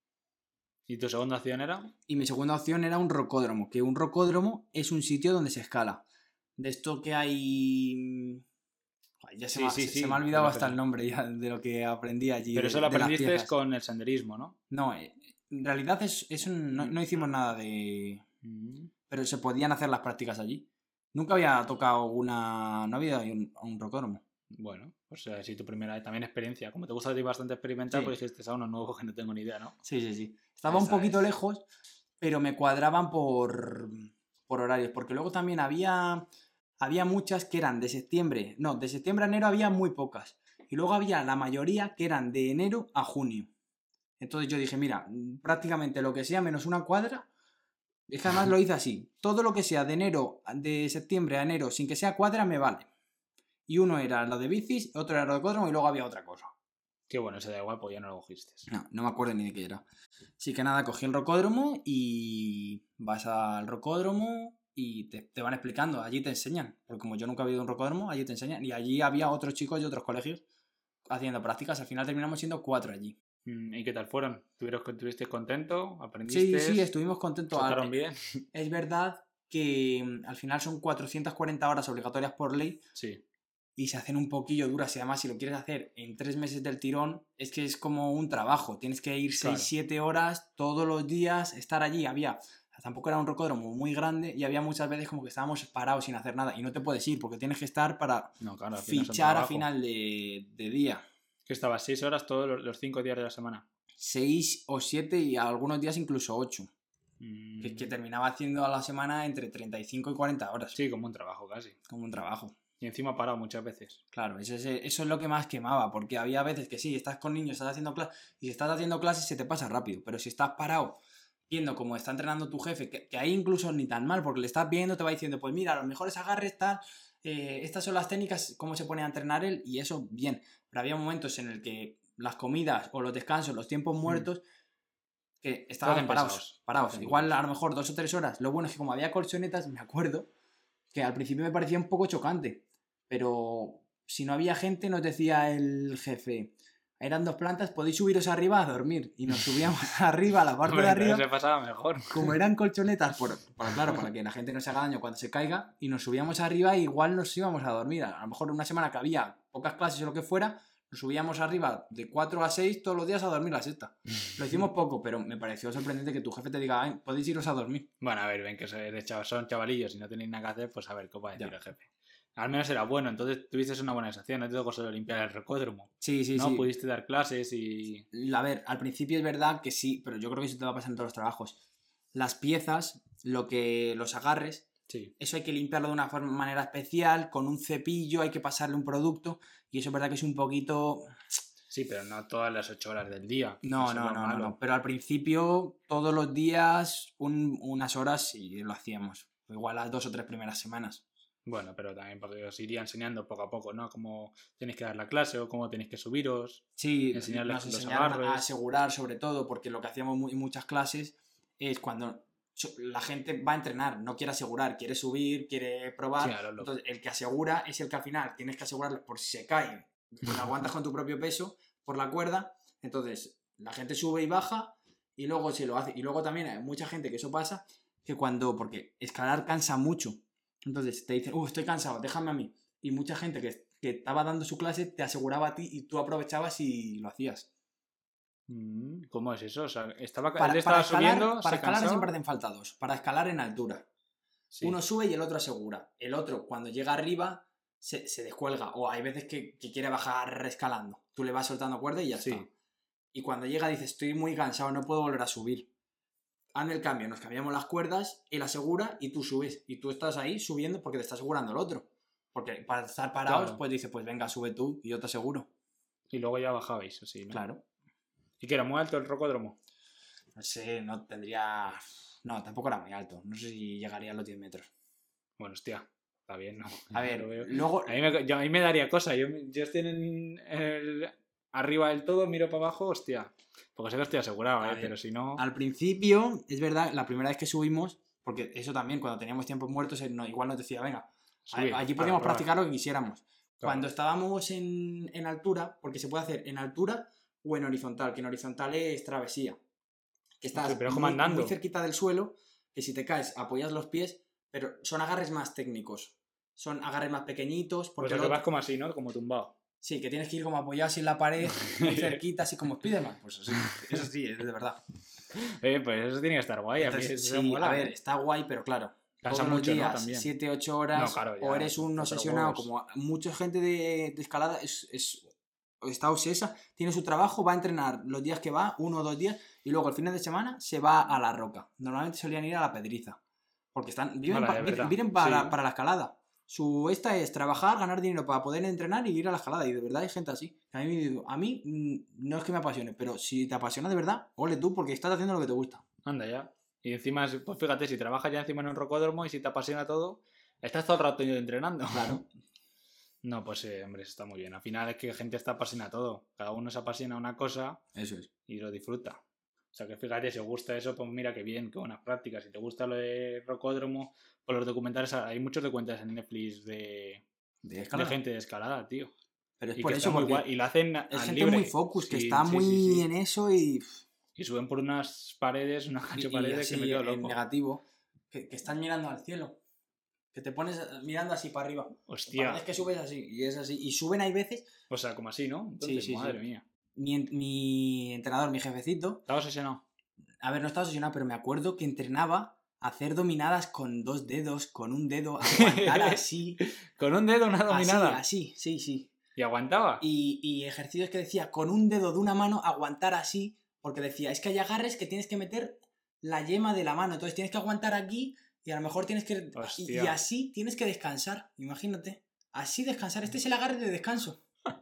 [SPEAKER 2] ¿Y tu segunda opción era?
[SPEAKER 1] Y mi segunda opción era un rocódromo, que un rocódromo es un sitio donde se escala. De esto que hay... Ay, ya
[SPEAKER 2] Sí,
[SPEAKER 1] se me ha olvidado hasta el nombre ya de lo que aprendí allí.
[SPEAKER 2] Pero eso lo
[SPEAKER 1] de las
[SPEAKER 2] aprendiste
[SPEAKER 1] piezas.
[SPEAKER 2] con el senderismo, ¿no?
[SPEAKER 1] No, en realidad no hicimos nada de... Pero se podían hacer las prácticas allí. Nunca había tocado no había un rocódromo.
[SPEAKER 2] Bueno, pues si tu primera también experiencia. Como te gusta a ti bastante experimentar,
[SPEAKER 1] Sí.
[SPEAKER 2] pues dijiste a uno nuevo que no tengo ni idea, ¿no?
[SPEAKER 1] Sí. Estaba un poquito lejos, pero me cuadraban por horarios, porque luego también había muchas que eran de septiembre. No, de septiembre a enero había muy pocas. Y luego había la mayoría que eran de enero a junio. Entonces yo dije, mira, prácticamente lo que sea menos una cuadra. Es que además lo hice así. Todo lo que sea de septiembre a enero sin que sea cuadra me vale. Y uno era lo de bicis, otro era lo de rocódromo y luego había otra cosa.
[SPEAKER 2] Qué bueno, ese da igual, pues ya no lo cogiste.
[SPEAKER 1] No me acuerdo ni de qué era. Así que nada, cogí el rocódromo y vas al rocódromo y te van explicando. Allí te enseñan. Porque como yo nunca había ido a un rocódromo, allí te enseñan. Y allí había otros chicos de otros colegios haciendo prácticas. Al final terminamos siendo 4 allí.
[SPEAKER 2] ¿Y qué tal fueron? ¿Estuviste contento? ¿Aprendiste?
[SPEAKER 1] Sí, estuvimos contentos.
[SPEAKER 2] ¿Trataron bien?
[SPEAKER 1] Es verdad que al final son 440 horas obligatorias por ley.
[SPEAKER 2] Sí.
[SPEAKER 1] Y se hacen un poquillo duras. Y además, si lo quieres hacer en 3 meses del tirón, es que es como un trabajo. Tienes que ir 6-7 horas todos los días, estar allí. Tampoco era un rocódromo muy grande y había muchas veces como que estábamos parados sin hacer nada. Y no te puedes ir porque tienes que estar para fichar a final de día.
[SPEAKER 2] ¿Que estabas 6 horas todos los 5 días de la semana?
[SPEAKER 1] 6 o 7 y algunos días incluso 8. Que es que terminaba haciendo a la semana entre 35 y 40 horas.
[SPEAKER 2] Sí, como un trabajo casi.
[SPEAKER 1] Como un trabajo.
[SPEAKER 2] Y encima parado muchas veces.
[SPEAKER 1] Claro, eso es lo que más quemaba, porque había veces que sí, estás con niños, estás haciendo clases, y si estás haciendo clases se te pasa rápido, pero si estás parado viendo cómo está entrenando tu jefe, que ahí incluso ni tan mal, porque le estás viendo, te va diciendo, pues mira, los mejores agarres, tal, estas son las técnicas, cómo se pone a entrenar él, y eso, bien. Pero había momentos en el que las comidas o los descansos, los tiempos muertos, que estaban parados. Igual a lo mejor 2 o 3 horas. Lo bueno es que como había colchonetas, me acuerdo que al principio me parecía un poco chocante. Pero si no había gente, nos decía el jefe, eran 2 plantas, podéis subiros arriba a dormir. Y nos subíamos arriba, a la parte de arriba.
[SPEAKER 2] Se pasaba mejor.
[SPEAKER 1] Como eran colchonetas, para que la gente no se haga daño cuando se caiga, y nos subíamos arriba, igual nos íbamos a dormir. A lo mejor una semana que había pocas clases o lo que fuera, subíamos arriba de 4 a 6 todos los días a dormir la siesta. Lo hicimos poco, pero me pareció sorprendente que tu jefe te diga, "Ay, podéis iros a dormir".
[SPEAKER 2] Bueno, a ver, ven que son chavalillos y no tenéis nada que hacer, pues a ver, ¿qué va a decir
[SPEAKER 1] Ya.
[SPEAKER 2] el jefe? Al menos era bueno, entonces tuviste una buena sensación, no te tocó solo limpiar el rocódromo.
[SPEAKER 1] Sí, sí,
[SPEAKER 2] No,
[SPEAKER 1] sí.
[SPEAKER 2] pudiste dar clases y...
[SPEAKER 1] A ver, al principio es verdad que sí, pero yo creo que eso te va a pasar en todos los trabajos. Las piezas, los agarres,
[SPEAKER 2] Sí.
[SPEAKER 1] eso hay que limpiarlo de una manera especial, con un cepillo, hay que pasarle un producto, y eso es verdad que es un poquito...
[SPEAKER 2] Sí, pero no todas las 8 horas del día.
[SPEAKER 1] No,
[SPEAKER 2] Eso es
[SPEAKER 1] no,
[SPEAKER 2] lo
[SPEAKER 1] no, no,
[SPEAKER 2] malo.
[SPEAKER 1] no. Pero al principio, todos los días, unas horas sí lo hacíamos. Igual las 2 o 3 primeras semanas.
[SPEAKER 2] Bueno, pero también porque os iría enseñando poco a poco, ¿no? Cómo tenéis que dar la clase o cómo tenéis que subiros.
[SPEAKER 1] Sí,
[SPEAKER 2] Enseñarles
[SPEAKER 1] nos
[SPEAKER 2] los
[SPEAKER 1] enseñaron a
[SPEAKER 2] agarres.
[SPEAKER 1] asegurar sobre todo, porque lo que hacíamos en muchas clases es cuando la gente va a entrenar, no quiere asegurar, quiere subir, quiere probar.
[SPEAKER 2] Sí, a lo loco.
[SPEAKER 1] Entonces, el que asegura es el que al final tienes que asegurarlo por si se cae, pues aguantas con tu propio peso por la cuerda. Entonces, la gente sube y baja y luego se lo hace. Y luego también hay mucha gente que eso pasa, que porque escalar cansa mucho. Entonces te dicen, estoy cansado, déjame a mí. Y mucha gente que estaba dando su clase te aseguraba a ti y tú aprovechabas y lo hacías.
[SPEAKER 2] ¿Cómo es eso? O sea, él estaba
[SPEAKER 1] Para
[SPEAKER 2] subiendo,
[SPEAKER 1] para
[SPEAKER 2] se
[SPEAKER 1] escalar
[SPEAKER 2] cansó.
[SPEAKER 1] siempre hacen falta dos. Para escalar en altura.
[SPEAKER 2] Sí.
[SPEAKER 1] Uno sube y el otro asegura. El otro, cuando llega arriba, se descuelga. O hay veces que quiere bajar escalando. Tú le vas soltando cuerda y ya
[SPEAKER 2] Sí.
[SPEAKER 1] está. Y cuando llega dice, estoy muy cansado, no puedo volver a subir. Haz el cambio, nos cambiamos las cuerdas, él asegura y tú subes. Y tú estás ahí subiendo porque te está asegurando el otro. Porque para estar parados,
[SPEAKER 2] Claro.
[SPEAKER 1] pues dice, pues venga, sube tú y yo te aseguro.
[SPEAKER 2] Y luego ya bajabais, así, ¿no?
[SPEAKER 1] Claro.
[SPEAKER 2] ¿Y que era muy alto el rocódromo?
[SPEAKER 1] No sé, no tendría... No, tampoco era muy alto. No sé si llegaría a los 10 metros.
[SPEAKER 2] Bueno, hostia, está bien, ¿no?
[SPEAKER 1] A ver, luego...
[SPEAKER 2] A mí me daría cosa. Yo estoy arriba del todo, miro para abajo, hostia. Porque sé que estoy asegurado,
[SPEAKER 1] A ver,
[SPEAKER 2] pero si no...
[SPEAKER 1] Al principio, es verdad, la primera vez que subimos, porque eso también, cuando teníamos tiempos muertos, igual nos decía, venga,
[SPEAKER 2] subir,
[SPEAKER 1] allí
[SPEAKER 2] para
[SPEAKER 1] podíamos
[SPEAKER 2] probar.
[SPEAKER 1] practicar lo que quisiéramos.
[SPEAKER 2] Claro.
[SPEAKER 1] Cuando estábamos en altura, porque se puede hacer en altura o en horizontal, que en horizontal es travesía. Que estás
[SPEAKER 2] Sí, pero es como andando.
[SPEAKER 1] muy cerquita del suelo, que si te caes apoyas los pies, pero son agarres más técnicos. Son agarres más pequeñitos.
[SPEAKER 2] Pues
[SPEAKER 1] Porque
[SPEAKER 2] que vas como así, ¿no? Como tumbado.
[SPEAKER 1] Sí, que tienes que ir como apoyado así en la pared, muy cerquita, así como Spiderman. Pues así, eso sí, es de verdad.
[SPEAKER 2] Pues eso tiene que estar guay.
[SPEAKER 1] Entonces,
[SPEAKER 2] a mí eso
[SPEAKER 1] sí,
[SPEAKER 2] mola,
[SPEAKER 1] a ver, está guay, pero claro,
[SPEAKER 2] cansa
[SPEAKER 1] todos los
[SPEAKER 2] mucho, ¿no?
[SPEAKER 1] días,
[SPEAKER 2] También.
[SPEAKER 1] 7-8 horas,
[SPEAKER 2] No, claro, ya,
[SPEAKER 1] o eres un
[SPEAKER 2] tocar
[SPEAKER 1] obsesionado,
[SPEAKER 2] huevos.
[SPEAKER 1] como mucha gente de escalada está obsesa, tiene su trabajo, va a entrenar los días que va, 1 o 2 días, y luego el fin de semana se va a la roca. Normalmente solían ir a la Pedriza, porque viven
[SPEAKER 2] Vale, es verdad.
[SPEAKER 1] para,
[SPEAKER 2] Sí.
[SPEAKER 1] para la escalada. Esta es trabajar, ganar dinero para poder entrenar y ir a la escalada. Y de verdad hay gente así. A mí no es que me apasione, pero si te apasiona de verdad, ole tú, porque estás haciendo lo que te gusta.
[SPEAKER 2] Anda ya. Y encima, pues fíjate, si trabajas ya encima en un rocódromo y si te apasiona todo, estás todo el rato entrenando.
[SPEAKER 1] Claro.
[SPEAKER 2] No, pues hombre, eso está muy bien. Al final es que la gente está apasiona a todo. Cada uno se apasiona a una cosa
[SPEAKER 1] Eso es.
[SPEAKER 2] y lo disfruta. O sea que fíjate, si os gusta eso, pues mira qué bien, qué buenas prácticas. Si te gusta lo de rocódromo, pues los documentales, hay muchos documentales en Netflix de gente de escalada, tío.
[SPEAKER 1] Pero es
[SPEAKER 2] Y
[SPEAKER 1] por
[SPEAKER 2] que
[SPEAKER 1] eso,
[SPEAKER 2] está muy
[SPEAKER 1] porque
[SPEAKER 2] guay. Y lo hacen
[SPEAKER 1] es
[SPEAKER 2] al
[SPEAKER 1] gente
[SPEAKER 2] libre.
[SPEAKER 1] muy focus, que
[SPEAKER 2] Sí,
[SPEAKER 1] está
[SPEAKER 2] sí,
[SPEAKER 1] muy
[SPEAKER 2] sí, sí.
[SPEAKER 1] en eso y
[SPEAKER 2] suben por unas paredes, unas
[SPEAKER 1] y
[SPEAKER 2] paredes
[SPEAKER 1] así
[SPEAKER 2] que me quedo
[SPEAKER 1] en
[SPEAKER 2] loco.
[SPEAKER 1] negativo, que están mirando al cielo. Que te pones mirando así para arriba.
[SPEAKER 2] Hostia.
[SPEAKER 1] Parece que subes así, y es así. Y suben hay veces.
[SPEAKER 2] O sea, como así, ¿no? Entonces,
[SPEAKER 1] Sí,
[SPEAKER 2] madre mía.
[SPEAKER 1] Mi entrenador, mi jefecito,
[SPEAKER 2] ¿Estaba obsesionado?
[SPEAKER 1] a ver, no estaba obsesionado, pero me acuerdo que entrenaba a hacer dominadas con 2 dedos, con un dedo, aguantar así.
[SPEAKER 2] Con un dedo una dominada.
[SPEAKER 1] Así, sí.
[SPEAKER 2] ¿Y aguantaba?
[SPEAKER 1] Y ejercicios que decía, con un dedo de una mano, aguantar así, porque decía, es que hay agarres que tienes que meter la yema de la mano, entonces tienes que aguantar aquí y a lo mejor tienes que... Y así tienes que descansar, imagínate. Así descansar, este es el agarre de descanso.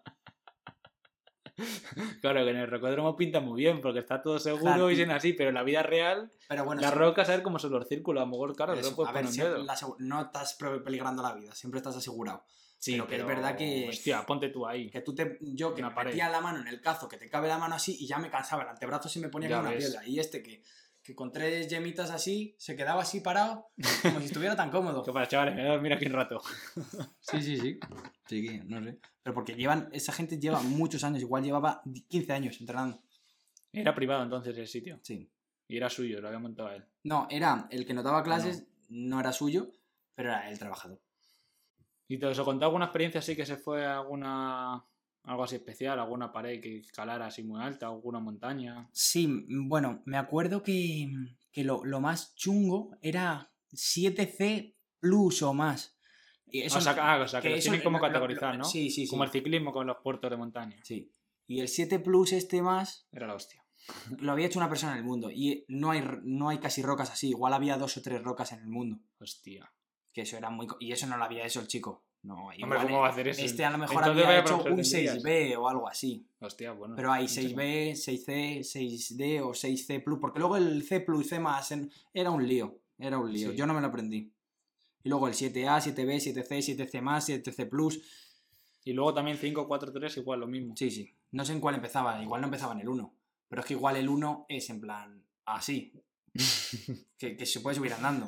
[SPEAKER 2] Claro, que en el rocódromo pinta muy bien, porque está todo seguro
[SPEAKER 1] Claro,
[SPEAKER 2] y sin así, pero en la vida real,
[SPEAKER 1] pero bueno,
[SPEAKER 2] las rocas, a ver cómo son los círculos, a lo mejor, claro,
[SPEAKER 1] eso,
[SPEAKER 2] no puedes
[SPEAKER 1] a ver,
[SPEAKER 2] poner un dedo.
[SPEAKER 1] no estás peligrando la vida, siempre estás asegurado.
[SPEAKER 2] Sí,
[SPEAKER 1] pero que es verdad que...
[SPEAKER 2] Hostia, ponte tú ahí.
[SPEAKER 1] Que yo que
[SPEAKER 2] Una
[SPEAKER 1] me
[SPEAKER 2] pared.
[SPEAKER 1] metía la mano en el cazo, que te cabe la mano así y ya me cansaba, el antebrazo se me ponía
[SPEAKER 2] Ya
[SPEAKER 1] como una
[SPEAKER 2] ves.
[SPEAKER 1] piedra. Y que con 3 yemitas así, se quedaba así parado, como si estuviera tan cómodo.
[SPEAKER 2] Que para chavales, me voy a dormir aquí un rato.
[SPEAKER 1] Sí. Sí, no sé. Pero porque esa gente lleva muchos años, igual llevaba 15 años entrenando.
[SPEAKER 2] Era privado entonces el sitio.
[SPEAKER 1] Sí.
[SPEAKER 2] Y era suyo, lo había montado él.
[SPEAKER 1] No, era el que nos daba clases, no era suyo, pero era el trabajador.
[SPEAKER 2] ¿Y te os contó alguna experiencia así que se fue a alguna Algo así especial, alguna pared que escalara así muy alta, alguna montaña.
[SPEAKER 1] Sí, bueno, me acuerdo que lo más chungo era 7C plus o más. Y eso,
[SPEAKER 2] O sea, que
[SPEAKER 1] que
[SPEAKER 2] los
[SPEAKER 1] eso
[SPEAKER 2] tienen como categorizar, ¿no?
[SPEAKER 1] sí, sí,
[SPEAKER 2] Como el
[SPEAKER 1] sí,
[SPEAKER 2] ciclismo con los puertos de montaña.
[SPEAKER 1] sí. Y el 7 plus este más
[SPEAKER 2] Era la hostia.
[SPEAKER 1] lo había hecho una persona en el mundo. Y no hay casi rocas así. Igual había 2 o 3 rocas en el mundo.
[SPEAKER 2] Hostia.
[SPEAKER 1] Que eso era muy... Y eso no lo había hecho el chico. No,
[SPEAKER 2] Hombre,
[SPEAKER 1] igual
[SPEAKER 2] ¿cómo va a hacer eso?
[SPEAKER 1] este a lo mejor
[SPEAKER 2] Entonces
[SPEAKER 1] había
[SPEAKER 2] vaya
[SPEAKER 1] hecho
[SPEAKER 2] profesor
[SPEAKER 1] un
[SPEAKER 2] tendrías.
[SPEAKER 1] 6B o algo así.
[SPEAKER 2] Hostia, bueno.
[SPEAKER 1] Pero hay
[SPEAKER 2] no sé cómo.
[SPEAKER 1] 6B, 6C, 6D o 6C plus. Porque luego el C plus, C más era un lío. Era un lío.
[SPEAKER 2] Sí.
[SPEAKER 1] Yo no me lo aprendí. Y luego el 7A, 7B, 7C, 7C más, 7C plus.
[SPEAKER 2] Y luego también 5, 4, 3, igual lo mismo.
[SPEAKER 1] Sí, sí. No sé en cuál empezaba. Igual no empezaba en el 1. Pero es que igual el 1 es en plan así. que se puede subir andando.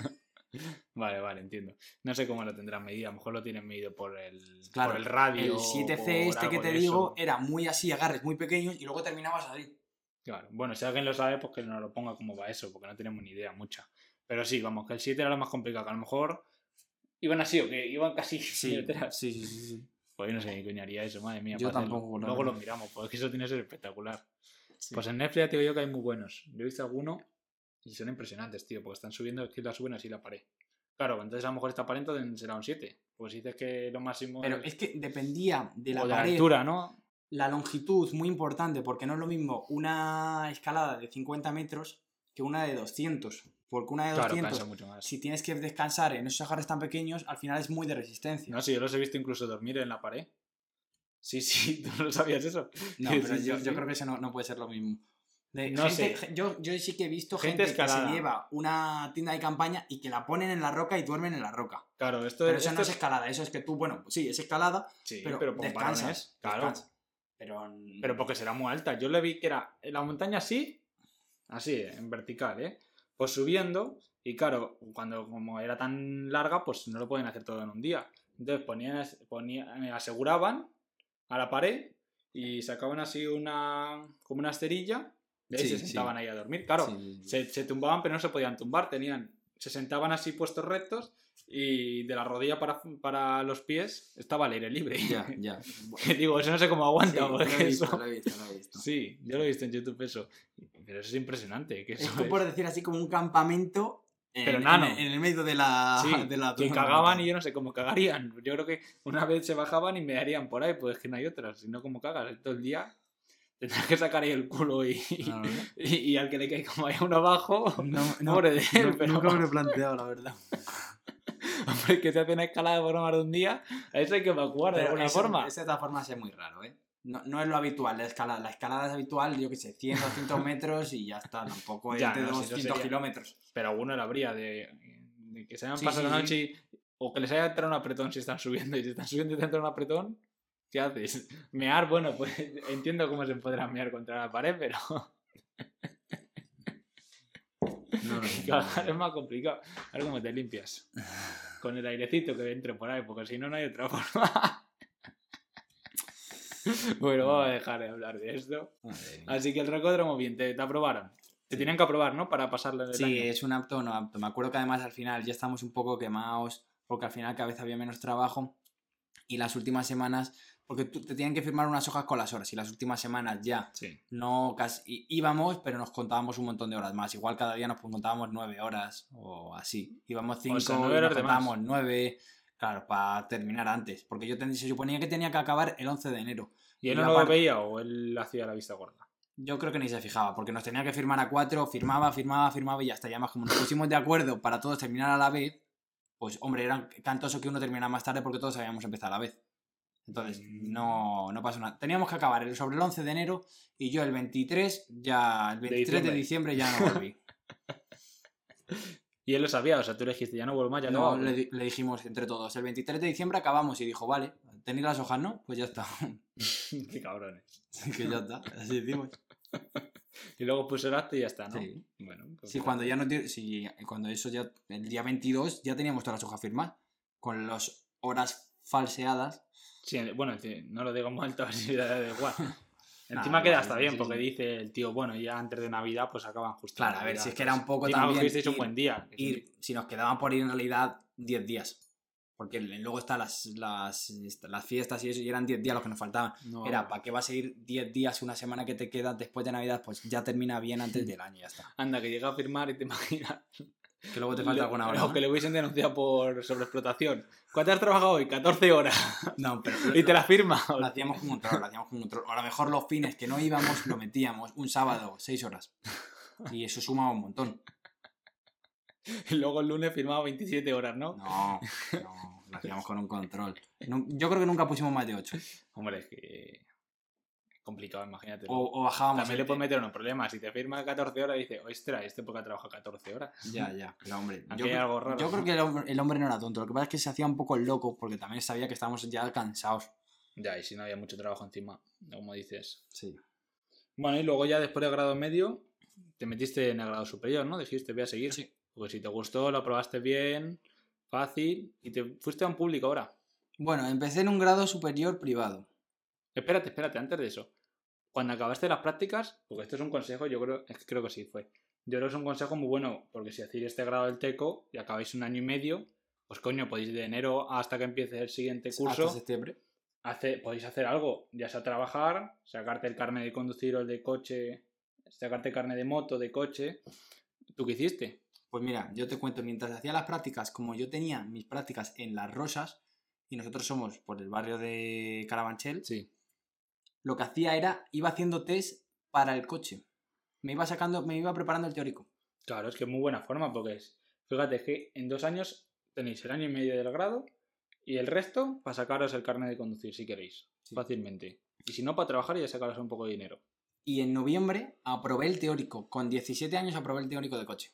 [SPEAKER 2] Vale, entiendo. No sé cómo lo tendrán medido. A lo mejor lo tienen medido por el
[SPEAKER 1] Claro,
[SPEAKER 2] radio.
[SPEAKER 1] el 7C
[SPEAKER 2] por
[SPEAKER 1] este que
[SPEAKER 2] algo
[SPEAKER 1] te
[SPEAKER 2] de
[SPEAKER 1] digo
[SPEAKER 2] eso.
[SPEAKER 1] era muy así, agarres muy pequeños y luego terminabas así.
[SPEAKER 2] Claro. Bueno, si alguien lo sabe, pues que nos lo ponga cómo va eso, porque no tenemos ni idea mucha. Pero sí, vamos, que el 7 era lo más complicado. Que a lo mejor iban así o que iban casi
[SPEAKER 1] Sí,
[SPEAKER 2] detrás.
[SPEAKER 1] sí.
[SPEAKER 2] Pues yo no sé ni qué haría eso, madre mía.
[SPEAKER 1] Yo
[SPEAKER 2] para hacerlo.
[SPEAKER 1] tampoco, la
[SPEAKER 2] Luego lo
[SPEAKER 1] verdad.
[SPEAKER 2] miramos, porque eso tiene que ser espectacular.
[SPEAKER 1] Sí.
[SPEAKER 2] Pues en Netflix ya te digo yo que hay muy buenos. Yo he visto algunos y son impresionantes, tío, porque están subiendo, es que la suben así la pared. Claro, entonces a lo mejor esta pared entonces será un 7. Pues si dices que lo máximo
[SPEAKER 1] Pero es que dependía de la
[SPEAKER 2] o de la
[SPEAKER 1] pared,
[SPEAKER 2] altura, ¿no?
[SPEAKER 1] la longitud, muy importante, porque no es lo mismo una escalada de 50 metros que una de 200. Porque una de
[SPEAKER 2] Claro,
[SPEAKER 1] 200,
[SPEAKER 2] cansa mucho más.
[SPEAKER 1] si tienes que descansar en esos agarres tan pequeños, al final es muy de resistencia.
[SPEAKER 2] No, sí, yo los he visto incluso dormir en la pared. Sí, tú no sabías eso.
[SPEAKER 1] No,
[SPEAKER 2] Sí,
[SPEAKER 1] pero
[SPEAKER 2] sí,
[SPEAKER 1] yo
[SPEAKER 2] sí.
[SPEAKER 1] creo que eso no puede ser lo mismo.
[SPEAKER 2] No sé.
[SPEAKER 1] Yo sí que he visto
[SPEAKER 2] Gente
[SPEAKER 1] gente que
[SPEAKER 2] escalada.
[SPEAKER 1] se lleva una tienda de campaña y que la ponen en la roca y duermen en la roca.
[SPEAKER 2] Claro,
[SPEAKER 1] Pero eso no es escalada, eso es que tú, bueno, sí, es escalada,
[SPEAKER 2] Sí,
[SPEAKER 1] pero
[SPEAKER 2] con
[SPEAKER 1] descansas.
[SPEAKER 2] varones, claro.
[SPEAKER 1] Descansas.
[SPEAKER 2] Pero porque será muy alta. Yo le vi que era en la montaña así, en vertical, ¿eh? Pues subiendo, y claro, como era tan larga, pues no lo pueden hacer todo en un día. Entonces aseguraban a la pared y sacaban así como una esterilla, de ahí
[SPEAKER 1] Sí,
[SPEAKER 2] se sentaban ahí a dormir. Claro,
[SPEAKER 1] Sí.
[SPEAKER 2] se tumbaban, pero no se podían tumbar, se sentaban así puestos rectos y de la rodilla para los pies estaba al aire libre.
[SPEAKER 1] Ya.
[SPEAKER 2] Que digo, eso no sé cómo aguanta.
[SPEAKER 1] Sí,
[SPEAKER 2] porque
[SPEAKER 1] lo he visto,
[SPEAKER 2] eso...
[SPEAKER 1] lo he visto.
[SPEAKER 2] Sí, yo lo he visto en YouTube eso. Pero eso es impresionante. Que eso
[SPEAKER 1] Esto por decir así como un campamento
[SPEAKER 2] Pero nano.
[SPEAKER 1] en el medio de la...
[SPEAKER 2] Sí,
[SPEAKER 1] de la
[SPEAKER 2] que cagaban y yo no sé cómo cagarían. Yo creo que una vez se bajaban y me harían por ahí, pues es que no hay otras. Si no, como cagas todo el día, tendrás que sacar ahí el culo
[SPEAKER 1] No,
[SPEAKER 2] y al que le caiga como haya uno abajo,
[SPEAKER 1] no,
[SPEAKER 2] pobre de él. Pero
[SPEAKER 1] nunca me lo he planteado, la verdad.
[SPEAKER 2] hombre, que te hacen escalada por más de un día, a eso hay que evacuar de alguna forma.
[SPEAKER 1] Eso de todas formas es muy raro, ¿eh? No es lo habitual, la escalada. La escalada es habitual, yo qué sé, 100, 200 metros y ya está. Tampoco es
[SPEAKER 2] Ya,
[SPEAKER 1] de
[SPEAKER 2] no, si eso
[SPEAKER 1] 200
[SPEAKER 2] sería-
[SPEAKER 1] kilómetros.
[SPEAKER 2] Pero alguno lo habría de que se hayan
[SPEAKER 1] Sí,
[SPEAKER 2] pasado
[SPEAKER 1] sí,
[SPEAKER 2] la
[SPEAKER 1] sí.
[SPEAKER 2] noche o que les haya entrado un apretón si están subiendo y si están subiendo y te entra un apretón, ¿qué haces? Mear, bueno, pues entiendo cómo se podrá mear contra la pared, pero
[SPEAKER 1] No.
[SPEAKER 2] cagar es más complicado. A ver cómo te limpias. Con el airecito que entre por ahí, porque si no, no hay otra forma. Bueno, vamos a dejar de hablar de esto. Así que el rocódromo, bien, te aprobaron. Te tenían que aprobar, ¿no? Para pasarle el
[SPEAKER 1] Sí,
[SPEAKER 2] año.
[SPEAKER 1] es un apto o no apto. Me acuerdo que además al final ya estamos un poco quemados porque al final cada vez había menos trabajo y las últimas semanas, porque te tienen que firmar unas hojas con las horas y las últimas semanas ya
[SPEAKER 2] Sí.
[SPEAKER 1] no casi íbamos, pero nos contábamos un montón de horas más. Igual cada día nos contábamos 9 horas o así. Íbamos 5
[SPEAKER 2] sea,
[SPEAKER 1] y
[SPEAKER 2] 9
[SPEAKER 1] nos
[SPEAKER 2] horas de más.
[SPEAKER 1] contábamos 9, claro, para terminar antes. Porque se suponía que tenía que acabar el 11 de enero.
[SPEAKER 2] ¿Y él
[SPEAKER 1] yo
[SPEAKER 2] no lo
[SPEAKER 1] aparte-
[SPEAKER 2] veía o él hacía la vista gorda?
[SPEAKER 1] Yo creo que ni se fijaba, porque nos tenía que firmar a 4, firmaba y ya está. Y además, como nos pusimos de acuerdo para todos terminar a la vez, pues hombre, era cantoso que uno terminara más tarde porque todos habíamos empezado a la vez. Entonces, no pasó nada. Teníamos que acabar sobre el 11 de enero y yo el 23 de diciembre ya no volví.
[SPEAKER 2] Y él lo sabía, o sea, tú le dijiste, ya no vuelvo más, ya
[SPEAKER 1] No,
[SPEAKER 2] no.
[SPEAKER 1] le dijimos entre todos, el 23 de diciembre acabamos y dijo, vale, ¿tenéis las hojas, no? Pues ya está.
[SPEAKER 2] Qué cabrones.
[SPEAKER 1] Que ya está, así decimos.
[SPEAKER 2] Y luego puso el acto y ya está, ¿no?
[SPEAKER 1] Sí.
[SPEAKER 2] Bueno, pues
[SPEAKER 1] Sí, cuando eso ya, el día 22 ya teníamos todas las hojas firmadas, con las horas falseadas.
[SPEAKER 2] Sí, bueno, no lo digo en alto, a ver si da igual. Encima
[SPEAKER 1] Nah,
[SPEAKER 2] queda
[SPEAKER 1] sí,
[SPEAKER 2] hasta
[SPEAKER 1] sí,
[SPEAKER 2] bien,
[SPEAKER 1] sí,
[SPEAKER 2] porque
[SPEAKER 1] sí.
[SPEAKER 2] dice el tío, bueno, ya antes de Navidad pues acaban justo.
[SPEAKER 1] Claro, a ver, si es que era un poco también
[SPEAKER 2] cogisteis un buen día.
[SPEAKER 1] Si nos quedaban por ir en realidad 10 días. Porque luego están las fiestas y eso, y eran 10 días los que nos faltaban.
[SPEAKER 2] No,
[SPEAKER 1] Era, ¿para qué vas a ir 10 días, una semana que te queda después de Navidad? Pues ya termina bien antes del año, ya está.
[SPEAKER 2] anda, que llega a firmar y te imaginas.
[SPEAKER 1] Que luego te falta alguna hora,
[SPEAKER 2] O
[SPEAKER 1] ¿no?
[SPEAKER 2] que le hubiesen denunciado por sobreexplotación. ¿Cuánto has trabajado hoy? 14 horas.
[SPEAKER 1] No, pero
[SPEAKER 2] Y te la firma.
[SPEAKER 1] lo hacíamos como un troll, A lo mejor los fines que no íbamos lo metíamos un sábado, 6 horas. Y eso sumaba un montón.
[SPEAKER 2] Y luego el lunes firmaba 27 horas, ¿no?
[SPEAKER 1] No, lo hacíamos con un control. Yo creo que nunca pusimos más de 8.
[SPEAKER 2] Hombre, es que... complicado, imagínate.
[SPEAKER 1] O bajábamos.
[SPEAKER 2] También le puedes meter unos problemas. Si te firma 14 horas y dices, ostras, ¿este por qué ha trabajado 14 horas?
[SPEAKER 1] Ya, pero hombre.
[SPEAKER 2] Aquí hay algo raro.
[SPEAKER 1] Yo creo que el hombre no era tonto. Lo que pasa es que se hacía un poco loco porque también sabía que estábamos ya cansados.
[SPEAKER 2] Ya, y si no había mucho trabajo encima, como dices.
[SPEAKER 1] Sí.
[SPEAKER 2] Bueno, y luego ya después del grado medio, te metiste en el grado superior, ¿no? Dijiste, voy a seguir.
[SPEAKER 1] Sí.
[SPEAKER 2] Pues si te gustó, lo aprobaste bien, fácil, y te fuiste a un público ahora.
[SPEAKER 1] Bueno, empecé en un grado superior privado.
[SPEAKER 2] Espérate, antes de eso. Cuando acabaste las prácticas, porque esto es un consejo, creo que sí fue. Yo creo que es un consejo muy bueno, porque si hacéis este grado del TECO y acabáis un año y medio, pues coño, podéis de enero hasta que empiece el siguiente curso,
[SPEAKER 1] Hasta septiembre.
[SPEAKER 2] podéis hacer algo, ya sea trabajar, sacarte el carnet de conducir o el de coche, sacarte carnet de moto, de coche. ¿Tú qué hiciste?
[SPEAKER 1] Pues mira, yo te cuento, mientras hacía las prácticas, como yo tenía mis prácticas en Las Rosas, y nosotros somos por el barrio de Carabanchel,
[SPEAKER 2] Sí.
[SPEAKER 1] lo que hacía era, iba haciendo test para el coche. Me iba preparando el teórico.
[SPEAKER 2] Claro, es que es muy buena forma, porque fíjate que en 2 años tenéis el año y medio del grado y el resto para sacaros el carnet de conducir si queréis,
[SPEAKER 1] Sí.
[SPEAKER 2] fácilmente. Y si no, para trabajar y ya sacaros un poco de dinero.
[SPEAKER 1] Y en noviembre aprobé el teórico. Con 17 años aprobé el teórico de coche.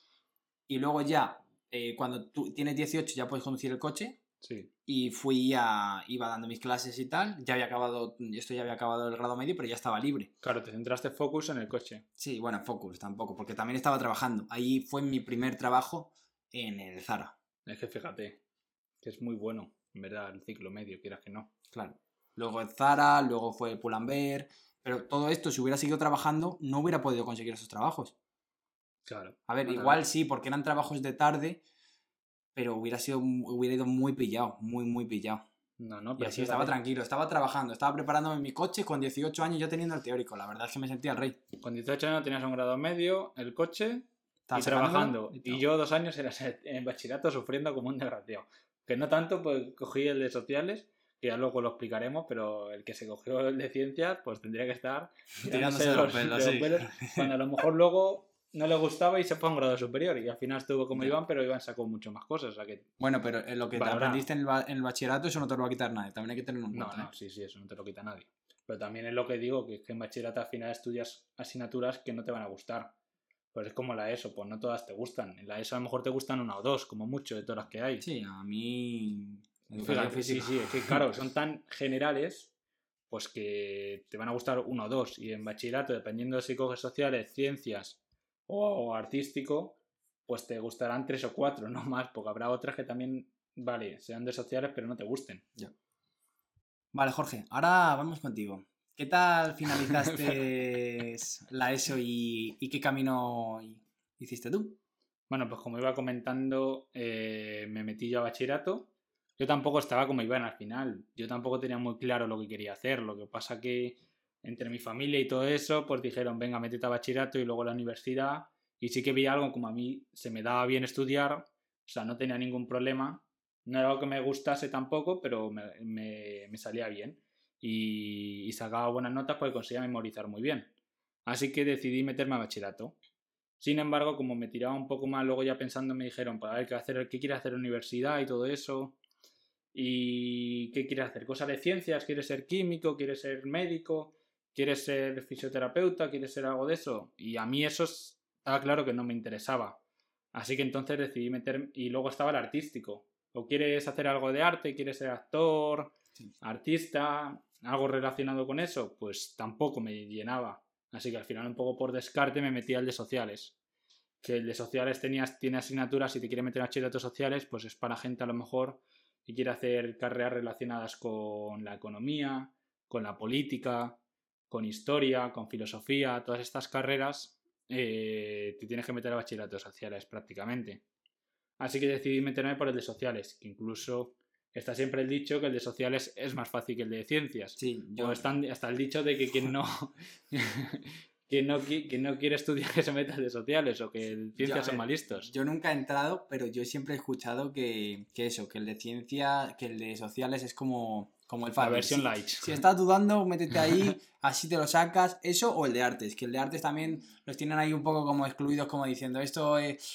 [SPEAKER 1] Y luego ya, cuando tú tienes 18 ya puedes conducir el coche.
[SPEAKER 2] Sí.
[SPEAKER 1] Y iba dando mis clases y tal. Ya había acabado el grado medio, pero ya estaba libre.
[SPEAKER 2] Claro, te centraste focus en el coche.
[SPEAKER 1] Sí, bueno, Focus tampoco, porque también estaba trabajando. Ahí fue mi primer trabajo en el Zara.
[SPEAKER 2] Es que fíjate, que es muy bueno, en verdad, el ciclo medio, quieras que no.
[SPEAKER 1] Claro. Luego el Zara, luego fue el Pull&Bear. Pero todo esto, si hubiera seguido trabajando, no hubiera podido conseguir esos trabajos.
[SPEAKER 2] Claro.
[SPEAKER 1] A ver,
[SPEAKER 2] Bueno,
[SPEAKER 1] igual sí, porque eran trabajos de tarde, pero hubiera ido muy pillado, muy pillado.
[SPEAKER 2] No,
[SPEAKER 1] Y
[SPEAKER 2] pero
[SPEAKER 1] así estaba tranquilo, estaba trabajando, estaba preparándome mi coche con 18 años ya teniendo el teórico. La verdad es que me sentía el rey.
[SPEAKER 2] Con 18 años tenías un grado medio, el coche
[SPEAKER 1] Estaba
[SPEAKER 2] y trabajando.
[SPEAKER 1] sacándomelo
[SPEAKER 2] Y yo 2 años en bachillerato sufriendo como un desgraciado. Que no tanto, pues cogí el de sociales, que ya luego lo explicaremos, pero el que se cogió el de ciencias, pues tendría que estar
[SPEAKER 1] tirándose de los pelos, sí.
[SPEAKER 2] cuando a lo mejor luego no le gustaba y se fue a un grado superior. Y al final estuvo como
[SPEAKER 1] Ya.
[SPEAKER 2] Iván, pero Iván sacó mucho más cosas. O sea que...
[SPEAKER 1] Bueno, pero lo que te
[SPEAKER 2] Valorado.
[SPEAKER 1] aprendiste en el bachillerato, eso no te lo va a quitar nadie. También hay que tenerlo en
[SPEAKER 2] No,
[SPEAKER 1] cuenta.
[SPEAKER 2] no, sí, eso no te lo quita nadie. Pero también es lo que digo, que es que en bachillerato al final estudias asignaturas que no te van a gustar. Pues es como la ESO, pues no todas te gustan. En la ESO a lo mejor te gustan una o dos, como mucho, de todas las que hay.
[SPEAKER 1] Sí, a mí...
[SPEAKER 2] Fíjate, sí, es que claro, son tan generales, pues que te van a gustar uno o dos. Y en bachillerato, dependiendo de si coges sociales, ciencias o artístico, pues te gustarán 3 o 4, no más, porque habrá otras que también, vale, sean de sociales, pero no te gusten.
[SPEAKER 1] Ya. Vale, Jorge, ahora vamos contigo. ¿Qué tal finalizaste la ESO y qué camino hiciste tú?
[SPEAKER 2] Bueno, pues como iba comentando, me metí yo a bachillerato. Yo tampoco estaba como Iván al final. Yo tampoco tenía muy claro lo que quería hacer. Lo que pasa que entre mi familia y todo eso, pues dijeron, venga, métete a bachillerato y luego a la universidad. Y sí que vi algo como a mí se me daba bien estudiar, o sea, no tenía ningún problema. No era algo que me gustase tampoco, pero me salía bien. Y sacaba buenas notas porque conseguía memorizar muy bien. Así que decidí meterme a bachillerato. Sin embargo, como me tiraba un poco más, luego ya pensando me dijeron, para ver qué quieres hacer en la universidad y todo eso. ¿Y qué quieres hacer? ¿Cosas de ciencias? ¿Quieres ser químico? ¿Quieres ser médico? ¿Quieres ser fisioterapeuta? ¿Quieres ser algo de eso? Y a mí eso estaba claro que no me interesaba. Así que entonces decidí meterme... Y luego estaba el artístico. ¿O quieres hacer algo de arte? ¿Quieres ser actor?
[SPEAKER 1] Sí.
[SPEAKER 2] ¿Artista? ¿Algo relacionado con eso? Pues tampoco me llenaba. Así que al final un poco por descarte me metí al de sociales. Que el de sociales tiene asignaturas, si te quieres meter a bachillerato sociales, pues es para gente a lo mejor que quiere hacer carreras relacionadas con la economía, con la política, con historia, con filosofía, todas estas carreras te tienes que meter a bachillerato sociales prácticamente. Así que decidí meterme por el de sociales, que incluso está siempre el dicho que el de sociales es más fácil que el de ciencias.
[SPEAKER 1] Sí,
[SPEAKER 2] O hasta el dicho de que quien no, quien no quiere estudiar que se meta el de sociales o que ciencias son más listos.
[SPEAKER 1] Yo nunca he entrado, pero yo siempre he escuchado que el de ciencia, que el de sociales es como el fácil.
[SPEAKER 2] La versión light.
[SPEAKER 1] Si estás dudando, métete ahí, así te lo sacas. Eso o el de artes, que el de artes también los tienen ahí un poco como excluidos, como diciendo esto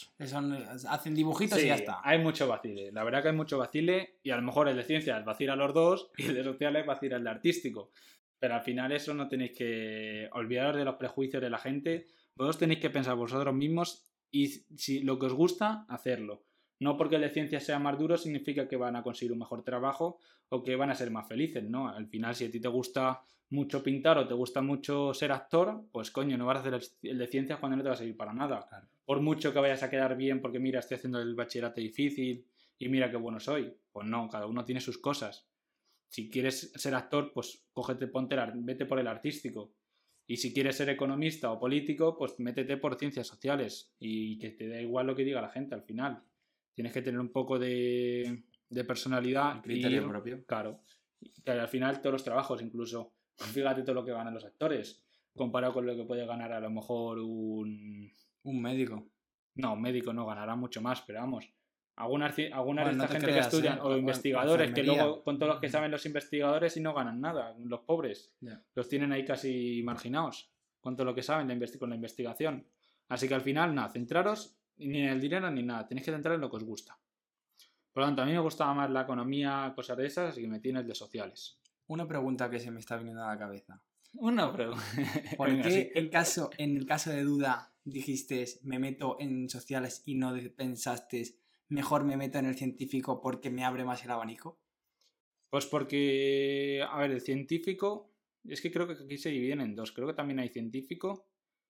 [SPEAKER 1] hacen dibujitos
[SPEAKER 2] sí,
[SPEAKER 1] y ya está.
[SPEAKER 2] Hay mucho vacile. La verdad que hay mucho vacile y a lo mejor el de ciencias vacila a los dos y el de sociales vacila el de artístico. Pero al final eso no tenéis que olvidaros de los prejuicios de la gente. Vosotros tenéis que pensar vosotros mismos y si lo que os gusta, hacerlo. No porque el de ciencias sea más duro significa que van a conseguir un mejor trabajo o que van a ser más felices, ¿no? Al final, si a ti te gusta mucho pintar o te gusta mucho ser actor, pues coño, no vas a hacer el de ciencias cuando no te va a servir para nada.
[SPEAKER 1] Claro.
[SPEAKER 2] Por mucho que vayas a quedar bien porque mira, estoy haciendo el bachillerato difícil y mira qué bueno soy. Pues no, cada uno tiene sus cosas. Si quieres ser actor, pues vete por el artístico. Y si quieres ser economista o político, pues métete por ciencias sociales. Y que te da igual lo que diga la gente al final. Tienes que tener un poco de personalidad.
[SPEAKER 1] Un criterio propio.
[SPEAKER 2] Claro. Que al final todos los trabajos, incluso, fíjate todo lo que ganan los actores, comparado con lo que puede ganar a lo mejor un
[SPEAKER 1] médico.
[SPEAKER 2] No, un médico no ganará mucho más, pero vamos. Algunas de
[SPEAKER 1] no
[SPEAKER 2] esta
[SPEAKER 1] te
[SPEAKER 2] gente
[SPEAKER 1] creas,
[SPEAKER 2] que estudian, o investigadores, que
[SPEAKER 1] enfermería.
[SPEAKER 2] luego con todos los que saben los investigadores y no ganan nada, los pobres.
[SPEAKER 1] Yeah.
[SPEAKER 2] Los tienen ahí casi marginados con todo lo que saben con la investigación. Así que al final, nada, centraros ni en el dinero ni nada, tenéis que centrar en lo que os gusta. Por lo tanto, a mí me gustaba más la economía, cosas de esas, así que me tienes de sociales.
[SPEAKER 1] Una pregunta que se me está viniendo a la cabeza.
[SPEAKER 2] Una pregunta.
[SPEAKER 1] ¿Por qué en el caso de duda dijiste me meto en sociales y no pensaste mejor me meto en el científico porque me abre más el abanico?
[SPEAKER 2] Pues porque, a ver, el científico, es que creo que aquí se dividen en dos. Creo que también hay científico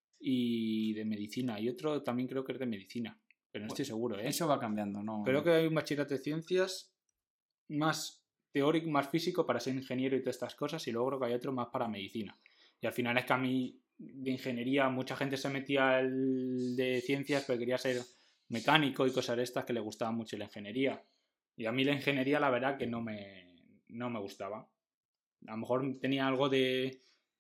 [SPEAKER 2] y de medicina. Y otro también creo que es de medicina. Pero no estoy seguro, ¿eh?
[SPEAKER 1] Eso va cambiando, ¿no?
[SPEAKER 2] Creo que hay un bachillerato de ciencias más teórico, más físico para ser ingeniero y todas estas cosas. Y luego creo que hay otro más para medicina. Y al final es que a mí de ingeniería mucha gente se metía al de ciencias pero quería ser mecánico y cosas de estas que le gustaba mucho la ingeniería. Y a mí la ingeniería la verdad que no me gustaba. A lo mejor tenía algo de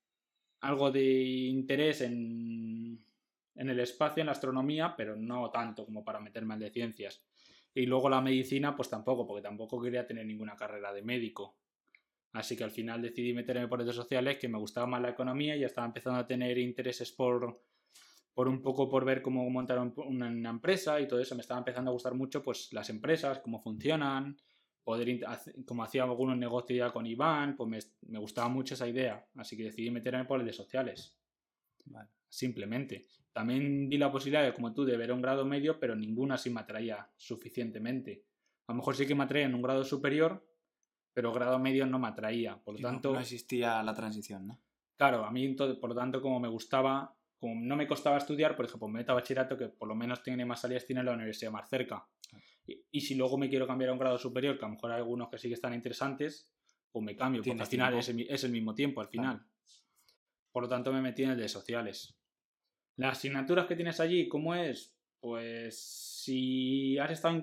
[SPEAKER 2] interés en el espacio, en la astronomía, pero no tanto como para meterme al de ciencias. Y luego la medicina, pues tampoco, porque tampoco quería tener ninguna carrera de médico. Así que al final decidí meterme por redes sociales, que me gustaba más la economía y ya estaba empezando a tener intereses por un poco por ver cómo montar una empresa y todo eso. Me estaba empezando a gustar mucho pues las empresas, cómo funcionan, como hacía algunos negocios ya con Iván, pues me gustaba mucho esa idea. Así que decidí meterme por el de sociales.
[SPEAKER 1] Vale.
[SPEAKER 2] Simplemente. También vi la posibilidad, como tú, de ver un grado medio, pero ninguna sí me atraía suficientemente. A lo mejor sí que me atraía en un grado superior, pero grado medio no me atraía. Por lo tanto,
[SPEAKER 1] no existía la transición, ¿no?
[SPEAKER 2] Claro, a mí, por lo tanto, como me gustaba, como no me costaba estudiar, por ejemplo, me meto a bachillerato, que por lo menos tiene más salidas, tiene la universidad más cerca. Y si luego me quiero cambiar a un grado superior, que a lo mejor hay algunos que sí que están interesantes, pues me cambio, porque al final es el mismo tiempo, al final. Claro. Por lo tanto, me metí en el de sociales. Las asignaturas que tienes allí, ¿cómo es? Pues si has estado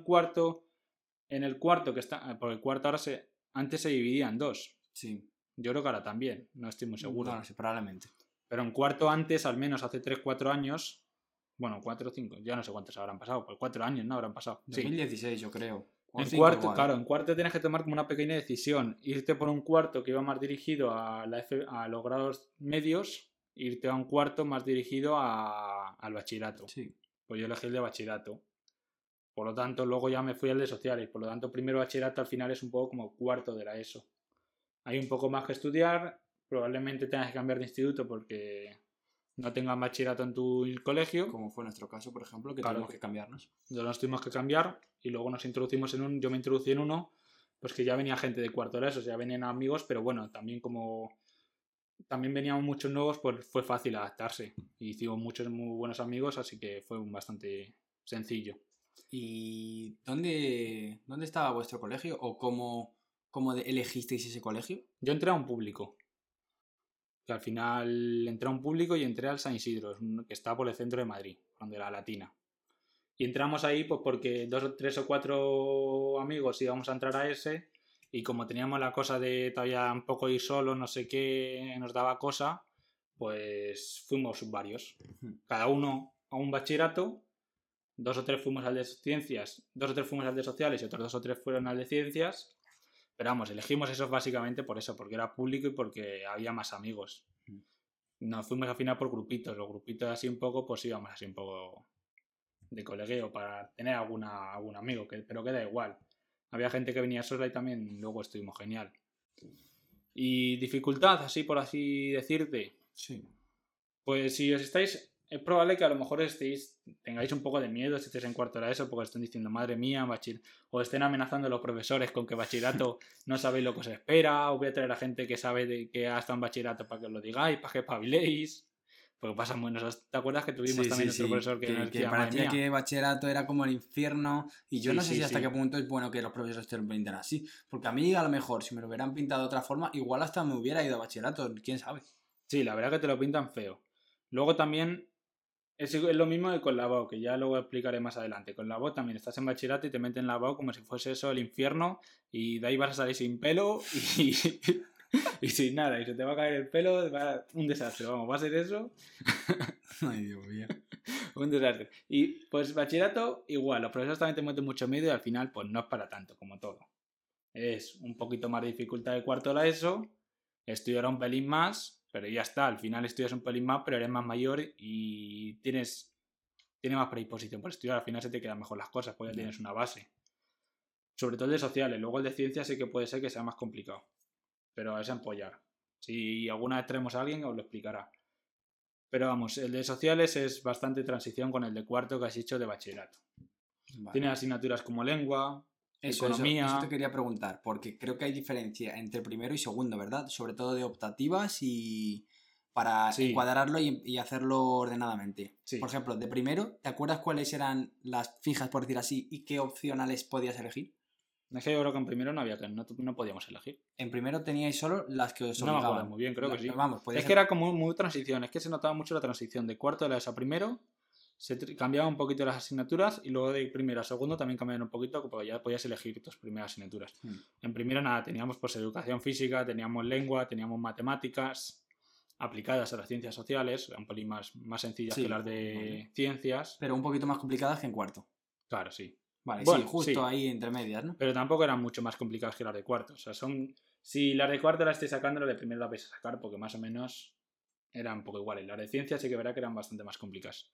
[SPEAKER 2] en el cuarto que está, porque el cuarto ahora antes se dividía en dos.
[SPEAKER 1] Sí.
[SPEAKER 2] Yo creo que ahora también, no estoy muy seguro.
[SPEAKER 1] No sé, probablemente.
[SPEAKER 2] Pero en cuarto antes, al menos hace 3-4 años, bueno, 4 o 5, ya no sé cuántos habrán pasado, pues 4 años no habrán pasado.
[SPEAKER 1] 2016 sí. Yo creo.
[SPEAKER 2] En cuarto, claro, en cuarto tienes que tomar como una pequeña decisión. Irte por un cuarto que iba más dirigido a los grados medios, irte a un cuarto más dirigido al bachillerato.
[SPEAKER 1] Sí.
[SPEAKER 2] Pues yo elegí el de bachillerato. Por lo tanto, luego ya me fui al de sociales. Por lo tanto, primero bachillerato al final es un poco como cuarto de la ESO. Hay un poco más que estudiar. Probablemente tengas que cambiar de instituto porque no tengan bachillerato en tu colegio.
[SPEAKER 1] Como fue nuestro caso, por ejemplo, que tuvimos que cambiarnos.
[SPEAKER 2] Nos tuvimos que cambiar y luego nos introducimos yo me introducí en uno, pues que ya venía gente de cuarto de eso, ya venían amigos, pero bueno, también también venían muchos nuevos, pues fue fácil adaptarse. Y hicimos muchos muy buenos amigos, así que fue bastante sencillo.
[SPEAKER 1] ¿Y dónde estaba vuestro colegio o cómo elegisteis ese colegio?
[SPEAKER 2] Yo entré a un público. Que al final entré a un público y entré al San Isidro, que está por el centro de Madrid, donde la Latina. Y entramos ahí pues porque 2 o 3 o 4 amigos íbamos a entrar a ese y como teníamos la cosa de todavía un poco ir solo, no sé qué, nos daba cosa, pues fuimos varios. Cada uno a un bachillerato, 2 o 3 fuimos al de ciencias, 2 o 3 fuimos al de sociales y otros 2 o 3 fueron al de ciencias. Pero vamos, elegimos esos básicamente por eso, porque era público y porque había más amigos. Nos fuimos al final por grupitos, los grupitos así un poco, pues íbamos así un poco de colegueo para tener algún amigo, pero que da igual. Había gente que venía sola y también luego estuvimos genial. Y dificultad, así por así decirte.
[SPEAKER 1] Sí.
[SPEAKER 2] Pues si os estáis... Es probable que a lo mejor tengáis un poco de miedo si estáis en cuarto de eso, porque estén diciendo, madre mía, o estén amenazando a los profesores con que bachillerato no sabéis lo que os espera, o voy a traer a gente que sabe que ha estado en bachillerato para que os lo digáis, para que espabiléis. Porque pasa muy... ¿Te acuerdas que tuvimos también otro profesor que nos decía,
[SPEAKER 1] parecía que bachillerato era como el infierno y yo no sé si hasta qué punto es bueno que los profesores te lo pinten así, porque a mí a lo mejor si me lo hubieran pintado de otra forma igual hasta me hubiera ido a bachillerato, quién sabe.
[SPEAKER 2] Sí, la verdad que te lo pintan feo. Luego también es lo mismo que con la BAU, que ya luego explicaré más adelante. Con la BAU también estás en bachillerato y te meten en la BAU como si fuese eso el infierno y de ahí vas a salir sin pelo y sin nada, y se te va a caer el pelo, un desastre, vamos, va a ser eso.
[SPEAKER 1] Ay, Dios mío.
[SPEAKER 2] Un desastre. Y pues bachillerato, igual, los profesores también te meten mucho miedo y al final pues no es para tanto, como todo. Es un poquito más de dificultad de cuarto de la ESO, estudiar un pelín más, pero ya está, al final estudias un pelín más, pero eres más mayor y tienes más predisposición por estudiar, al final se te quedan mejor las cosas, pues ya tienes una base. Sobre todo el de sociales, luego el de ciencias sí que puede ser que sea más complicado. Pero es empollar. Si alguna vez traemos a alguien, os lo explicará. Pero vamos, el de sociales es bastante transición con el de cuarto que has hecho de bachillerato. Vale. Tiene asignaturas como lengua, economía...
[SPEAKER 1] Eso te quería preguntar, porque creo que hay diferencia entre primero y segundo, ¿verdad? Sobre todo de optativas y para encuadrarlo y hacerlo ordenadamente. Sí. Por ejemplo, de primero, ¿te acuerdas cuáles eran las fijas, por decir así, y qué opcionales podías elegir?
[SPEAKER 2] Es que yo creo que en primero no podíamos elegir.
[SPEAKER 1] En primero teníais solo las que os obligaban.
[SPEAKER 2] No me acuerdo muy bien, creo que sí.
[SPEAKER 1] Vamos,
[SPEAKER 2] es que era como muy transición, es que se notaba mucho la transición de cuarto de la ESO a primero, se cambiaban un poquito las asignaturas y luego de primero a segundo también cambiaban un poquito porque ya podías elegir tus primeras asignaturas. En primero nada, teníamos pues educación física, teníamos lengua, teníamos matemáticas aplicadas a las ciencias sociales, un pelín más sencillas que las de ciencias.
[SPEAKER 1] Pero un poquito más complicadas que en cuarto.
[SPEAKER 2] Claro, sí.
[SPEAKER 1] Vale, bueno, sí, justo ahí entre medias, ¿no?
[SPEAKER 2] Pero tampoco eran mucho más complicadas que las de cuarto. O sea, si las de cuarto las estáis sacando, las de primero las vais a sacar porque más o menos eran un poco iguales. Las de ciencia sí que verá que eran bastante más complicadas.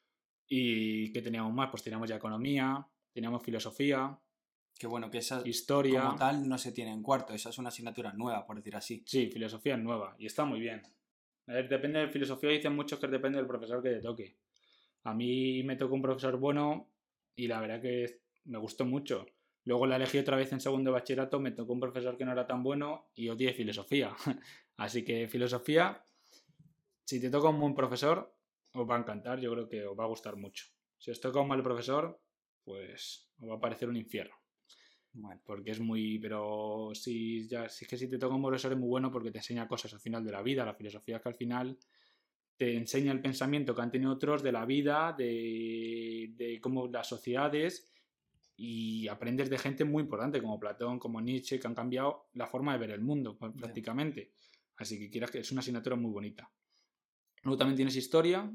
[SPEAKER 2] ¿Y qué teníamos más? Pues teníamos ya economía, teníamos filosofía.
[SPEAKER 1] Que bueno, que esa
[SPEAKER 2] historia.
[SPEAKER 1] Como tal no se tiene en cuarto, esa es una asignatura nueva, por decir así.
[SPEAKER 2] Sí, filosofía es nueva y está muy bien. A ver, depende de filosofía, dicen muchos que depende del profesor que te toque. A mí me tocó un profesor bueno y la verdad que me gustó mucho. Luego la elegí otra vez en segundo de bachillerato, me tocó un profesor que no era tan bueno y odié filosofía. Así que filosofía, si te toca un buen profesor, os va a encantar, yo creo que os va a gustar mucho. Si os toca un mal profesor, pues os va a parecer un infierno. Bueno, porque es muy... Pero si es que si te toca un profesor es muy bueno porque te enseña cosas al final de la vida. La filosofía es que al final te enseña el pensamiento que han tenido otros de la vida, de cómo las sociedades, y aprendes de gente muy importante como Platón, como Nietzsche, que han cambiado la forma de ver el mundo prácticamente. Así que quieras que es una asignatura muy bonita. Luego también tienes historia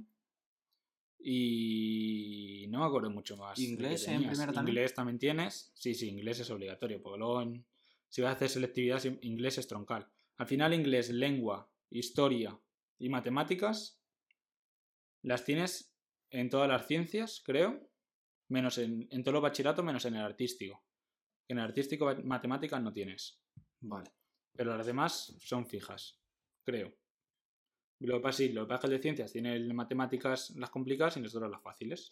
[SPEAKER 2] y no me acuerdo mucho más.
[SPEAKER 1] ¿Inglés en primero también?
[SPEAKER 2] Inglés también tienes. Sí, inglés es obligatorio, porque luego si vas a hacer selectividad, inglés es troncal. Al final inglés, lengua, historia y matemáticas las tienes en todas las ciencias, creo, menos en todos los bachilleratos, menos en el artístico. En el artístico matemáticas no tienes.
[SPEAKER 1] Vale.
[SPEAKER 2] Pero las demás son fijas, creo. Lo que pasa es que el de ciencias tiene matemáticas las complicadas y nosotros las fáciles.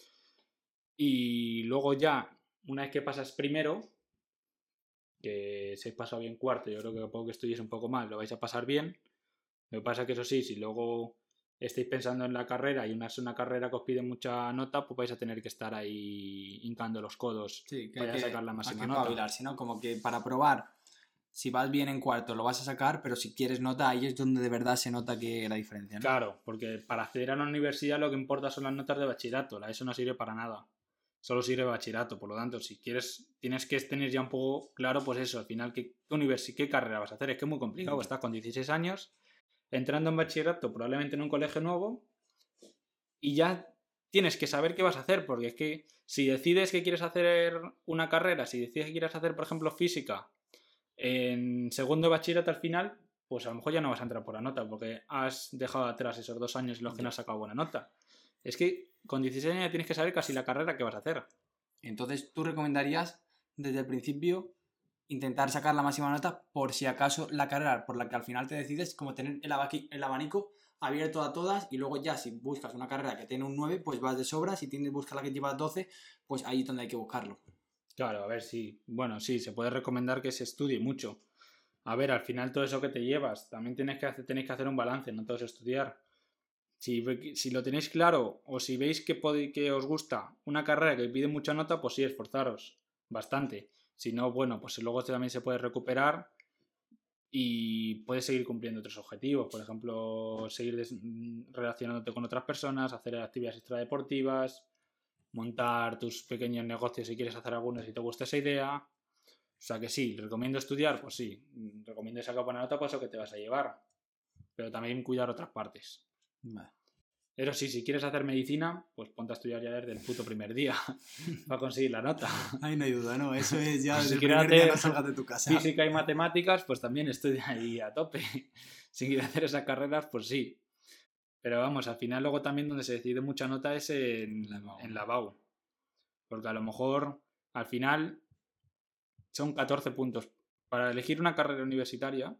[SPEAKER 2] Y luego ya, una vez que pasas primero, que se pasa bien cuarto, yo creo que poco que estudies un poco más, lo vais a pasar bien. Lo que pasa es que eso sí, si luego estáis pensando en la carrera y es una carrera que os pide mucha nota, pues vais a tener que estar ahí hincando los codos para sacar la máxima nota.
[SPEAKER 1] ¿No? Como que para probar, si vas bien en cuarto lo vas a sacar, pero si quieres nota, ahí es donde de verdad se nota que la diferencia, ¿no?
[SPEAKER 2] Claro, porque para acceder a una universidad lo que importa son las notas de bachillerato, eso no sirve para nada. solo sirve bachillerato. Por lo tanto, si quieres, tienes que tener ya un poco claro, pues eso, al final, qué carrera vas a hacer. Es que es muy complicado. Estás con 16 años, entrando en bachillerato, probablemente en un colegio nuevo, y ya tienes que saber qué vas a hacer, porque es que si decides que quieres hacer una carrera, si decides que quieres hacer, por ejemplo, física, en segundo de bachillerato al final, pues a lo mejor ya no vas a entrar por la nota, porque has dejado atrás esos 2 años en los que no has sacado buena nota. Es que con 16 años ya tienes que saber casi la carrera que vas a hacer.
[SPEAKER 1] Entonces, ¿tú recomendarías desde el principio intentar sacar la máxima nota por si acaso la carrera por la que al final te decides, como tener el abanico abierto a todas, y luego ya si buscas una carrera que tiene un 9, pues vas de sobra, si tienes buscar la que lleva 12, pues ahí es donde hay que buscarlo?
[SPEAKER 2] Claro, a ver, sí. Bueno, sí, se puede recomendar que se estudie mucho. A ver, al final todo eso que te llevas, también tenéis que hacer un balance, no todo es estudiar. Si lo tenéis claro o si veis que os gusta una carrera que pide mucha nota, pues sí, esforzaros bastante. Si no, bueno, pues luego también se puede recuperar y puedes seguir cumpliendo otros objetivos. Por ejemplo, seguir relacionándote con otras personas, hacer actividades extradeportivas, montar tus pequeños negocios si quieres hacer algunos si te gusta esa idea. O sea que sí, recomiendo estudiar, pues sí. Recomiendo sacar buena nota, pues eso que te vas a llevar. Pero también cuidar otras partes.
[SPEAKER 1] Vale.
[SPEAKER 2] Pero sí, si quieres hacer medicina, pues ponte a estudiar ya desde el puto primer día para conseguir la nota.
[SPEAKER 1] Ahí no hay duda, ¿no? Eso es ya
[SPEAKER 2] Pues
[SPEAKER 1] desde
[SPEAKER 2] si
[SPEAKER 1] el
[SPEAKER 2] quieres
[SPEAKER 1] primer día
[SPEAKER 2] hacer
[SPEAKER 1] no salgas de tu casa.
[SPEAKER 2] física y matemáticas, pues también estudia ahí a tope. Si quieres hacer esas carreras, pues sí. Pero vamos, al final luego también donde se decide mucha nota es en la BAU. Porque a lo mejor al final son 14 puntos. Para elegir una carrera universitaria,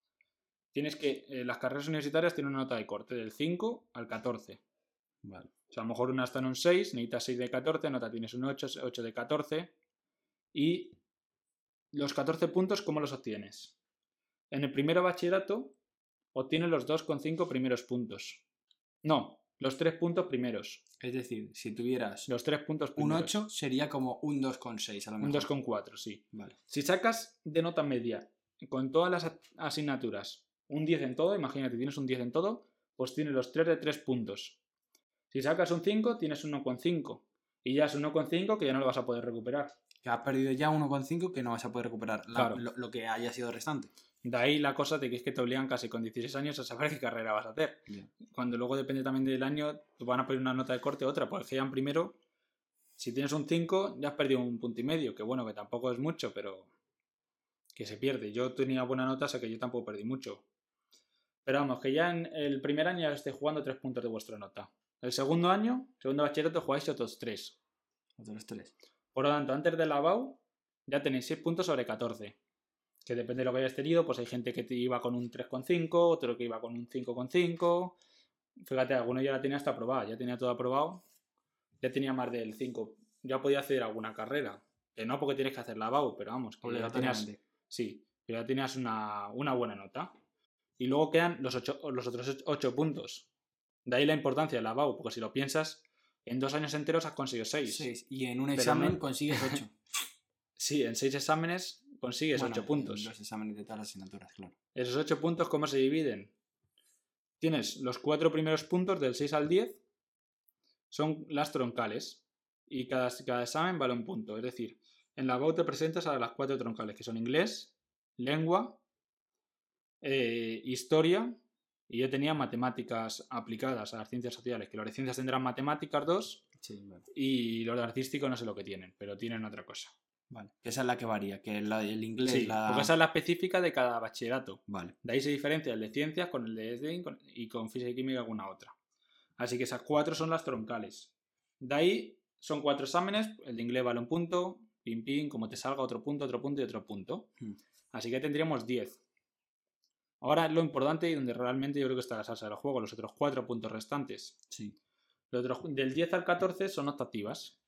[SPEAKER 2] las carreras universitarias tienen una nota de corte del 5 al 14.
[SPEAKER 1] Vale.
[SPEAKER 2] O sea, a lo mejor una está en un 6, necesitas 6 de 14, nota tienes un 8, 8 de 14. Y los 14 puntos, ¿cómo los obtienes? En el primero bachillerato obtienes los 2,5 primeros puntos. No, los 3 puntos primeros.
[SPEAKER 1] Es decir, si tuvieras
[SPEAKER 2] Los 3 puntos
[SPEAKER 1] un
[SPEAKER 2] primeros.
[SPEAKER 1] 8 sería como un 2,6 a lo mejor.
[SPEAKER 2] Un 2,4, sí.
[SPEAKER 1] Vale.
[SPEAKER 2] Si sacas de nota media con todas las asignaturas un 10 en todo, imagínate, tienes un 10 en todo, pues tienes los 3 de 3 puntos. Si sacas un 5, tienes 1,5. Y ya es 1,5 que ya no lo vas a poder recuperar.
[SPEAKER 1] Que has perdido ya 1,5 que no vas a poder recuperar
[SPEAKER 2] Claro.
[SPEAKER 1] lo que haya sido restante.
[SPEAKER 2] De ahí la cosa de que es que te obligan casi con 16 años a saber qué carrera vas a hacer.
[SPEAKER 1] Bien.
[SPEAKER 2] Cuando luego depende también del año, te van a poner una nota de corte u otra. Porque ya en primero, si tienes un 5, ya has perdido un punto y medio. Que bueno, que tampoco es mucho, pero que se pierde. Yo tenía buena nota, o sea que yo tampoco perdí mucho. Pero vamos, que ya en el primer año ya esté jugando 3 puntos de vuestra nota. El segundo año, segundo bachillerato, jugáis otros 3.
[SPEAKER 1] Otros 3.
[SPEAKER 2] Por lo tanto, antes de la BAU, ya tenéis 6 puntos sobre 14. Que depende de lo que hayas tenido, pues hay gente que te iba con un 3,5, otro que iba con un 5,5. Fíjate, alguno ya la tenía hasta aprobada, ya tenía todo aprobado, ya tenía más del 5. Ya podía hacer alguna carrera. Que no porque tienes que hacer la BAU, pero vamos, que ya tenías, sí, pero ya tenías una buena nota. Y luego quedan los otros 8 puntos. De ahí la importancia de la BAU, porque si lo piensas, en 2 años enteros has conseguido 6.
[SPEAKER 1] 6. Y en un examen consigues 8.
[SPEAKER 2] Sí, en 6 exámenes consigues 8 puntos.
[SPEAKER 1] En los exámenes de todas las asignaturas, claro.
[SPEAKER 2] Esos 8 puntos, ¿cómo se dividen? Tienes los 4 primeros puntos del 6 al 10, son las troncales. Y cada examen vale un punto. Es decir, en la BAU te presentas a las 4 troncales, que son inglés, lengua, historia, y yo tenía matemáticas aplicadas a las ciencias sociales, que los de ciencias tendrán matemáticas 2,
[SPEAKER 1] sí, vale.
[SPEAKER 2] Y los de artístico no sé lo que tienen, pero tienen otra cosa.
[SPEAKER 1] Vale, que esa es la que varía, que el inglés...
[SPEAKER 2] Sí, porque esa es la específica de cada bachillerato.
[SPEAKER 1] Vale.
[SPEAKER 2] De ahí se diferencia el de ciencias con el de ESDE y con física y química alguna otra. Así que esas 4 son las troncales. De ahí son 4 exámenes, el de inglés vale un punto, pim pim, como te salga otro punto y otro punto. Así que tendríamos 10. Ahora lo importante y donde realmente yo creo que está la salsa del juego, los otros 4 puntos restantes.
[SPEAKER 1] Sí.
[SPEAKER 2] Del 10 al 14 son optativas.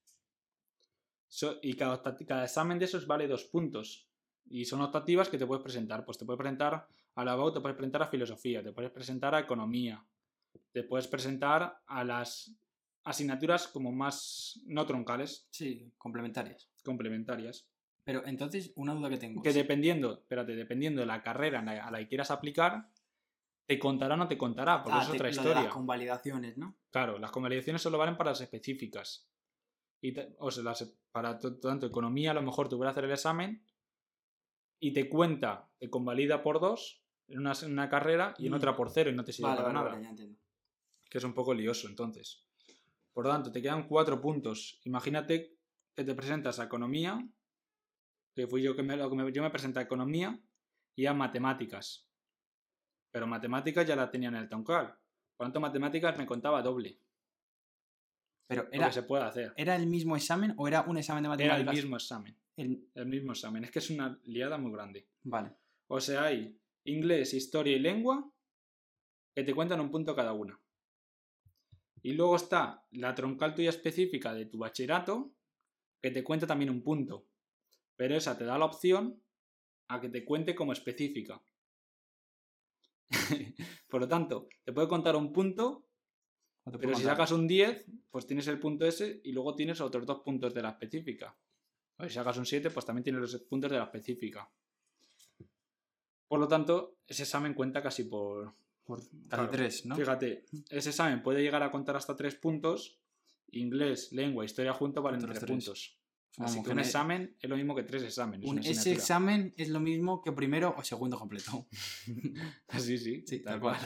[SPEAKER 2] Y cada examen de esos vale 2 puntos. Y son optativas que te puedes presentar. Pues te puedes presentar a la BAU, te puedes presentar a filosofía, te puedes presentar a economía, te puedes presentar a las asignaturas como más no troncales.
[SPEAKER 1] Sí, complementarias.
[SPEAKER 2] Complementarias.
[SPEAKER 1] Pero entonces, una duda que tengo.
[SPEAKER 2] Que dependiendo de la carrera a la que quieras aplicar, te contará o no te contará, porque es otra historia.
[SPEAKER 1] Lo de las convalidaciones, ¿no?
[SPEAKER 2] Claro, las convalidaciones solo valen para las específicas. O sea, para tanto economía a lo mejor te voy a hacer el examen y te cuenta, te convalida por 2 en una carrera y en otra por 0 y no te sirve para nada.
[SPEAKER 1] Vale, ya entiendo.
[SPEAKER 2] Que es un poco lioso, entonces. Por lo tanto, te quedan 4 puntos. Imagínate que te presentas a economía, que fui yo yo me presenté a economía y a matemáticas. Pero matemáticas ya la tenía en el troncal. Por lo tanto, matemáticas me contaba doble.
[SPEAKER 1] Pero
[SPEAKER 2] Lo que se puede hacer.
[SPEAKER 1] ¿era el mismo examen o era un examen de matemáticas?
[SPEAKER 2] Era el mismo examen. El mismo examen. Es que es una liada muy grande.
[SPEAKER 1] Vale.
[SPEAKER 2] O sea, hay inglés, historia y lengua que te cuentan un punto cada una. Y luego está la troncal tuya específica de tu bachillerato que te cuenta también un punto. Pero esa te da la opción a que te cuente como específica. Por lo tanto, te puede contar un punto, pero si sacas un 10, pues tienes el punto ese y luego tienes otros 2 puntos de la específica. O si sacas un 7, pues también tienes los puntos de la específica. Por lo tanto, ese examen cuenta casi por
[SPEAKER 1] casi 3, ¿no?
[SPEAKER 2] Fíjate, ese examen puede llegar a contar hasta 3 puntos. Inglés, lengua, historia juntos valen 3 puntos. Así que un examen es lo mismo que 3 exámenes.
[SPEAKER 1] Ese examen es lo mismo que primero o segundo completo.
[SPEAKER 2] Sí,
[SPEAKER 1] tal cual.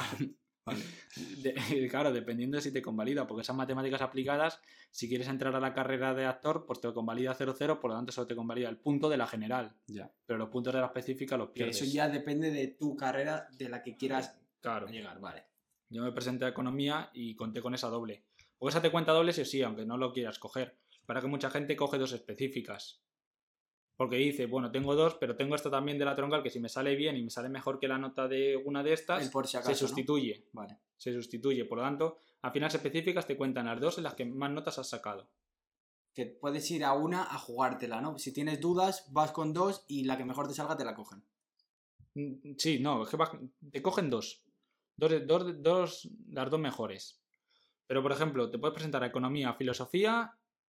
[SPEAKER 2] Vale. Claro, dependiendo de si te convalida, porque esas matemáticas aplicadas, si quieres entrar a la carrera de actor, pues te convalida 0,0, por lo tanto solo te convalida el punto de la general.
[SPEAKER 1] Ya.
[SPEAKER 2] Pero los puntos de la específica los pierdes.
[SPEAKER 1] Que eso ya depende de tu carrera de la que quieras
[SPEAKER 2] llegar, vale. Yo me presenté a economía y conté con esa doble. O esa te cuenta doble sí o sí, aunque no lo quieras coger. Para que mucha gente coge 2 específicas. Porque dice, bueno, tengo 2, pero tengo esta también de la troncal que si me sale bien y me sale mejor que la nota de una de estas,
[SPEAKER 1] por si acaso,
[SPEAKER 2] se sustituye.
[SPEAKER 1] ¿no? Vale.
[SPEAKER 2] Se sustituye. Por lo tanto, al final específicas te cuentan las 2 en las que más notas has sacado.
[SPEAKER 1] Que puedes ir a una a jugártela, ¿no? Si tienes dudas, vas con 2 y la que mejor te salga te la cogen.
[SPEAKER 2] Sí, no, es que te cogen 2. Las 2 mejores. Pero, por ejemplo, te puedes presentar a economía, a filosofía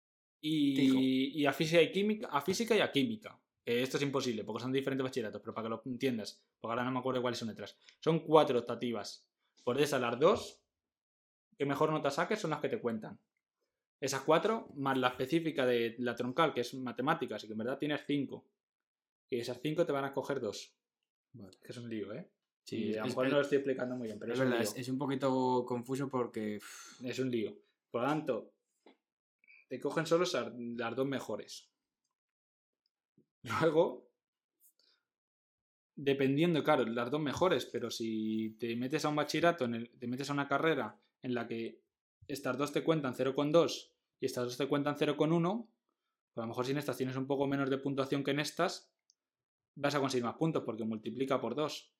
[SPEAKER 2] y a física y a química. Esto es imposible porque son diferentes bachilleratos, pero para que lo entiendas, porque ahora no me acuerdo cuáles son letras. Son 4 optativas. Por esas, las 2 que mejor nota saques son las que te cuentan. Esas 4 más la específica de la troncal, que es matemáticas, y que en verdad tienes 5. Y esas 5 te van a coger 2. Vale. Que es un lío, ¿eh? Sí, a lo mejor no lo estoy explicando muy bien, pero es
[SPEAKER 1] verdad,
[SPEAKER 2] un lío.
[SPEAKER 1] Es un poquito confuso porque...
[SPEAKER 2] Es un lío. Por lo tanto, te cogen solo las 2 mejores. Luego, dependiendo, claro, las 2 mejores, pero si te metes a un bachillerato, te metes a una carrera en la que estas 2 te cuentan 0,2 y estas 2 te cuentan 0,1, pues a lo mejor si en estas tienes un poco menos de puntuación que en estas, vas a conseguir más puntos porque multiplica por 2.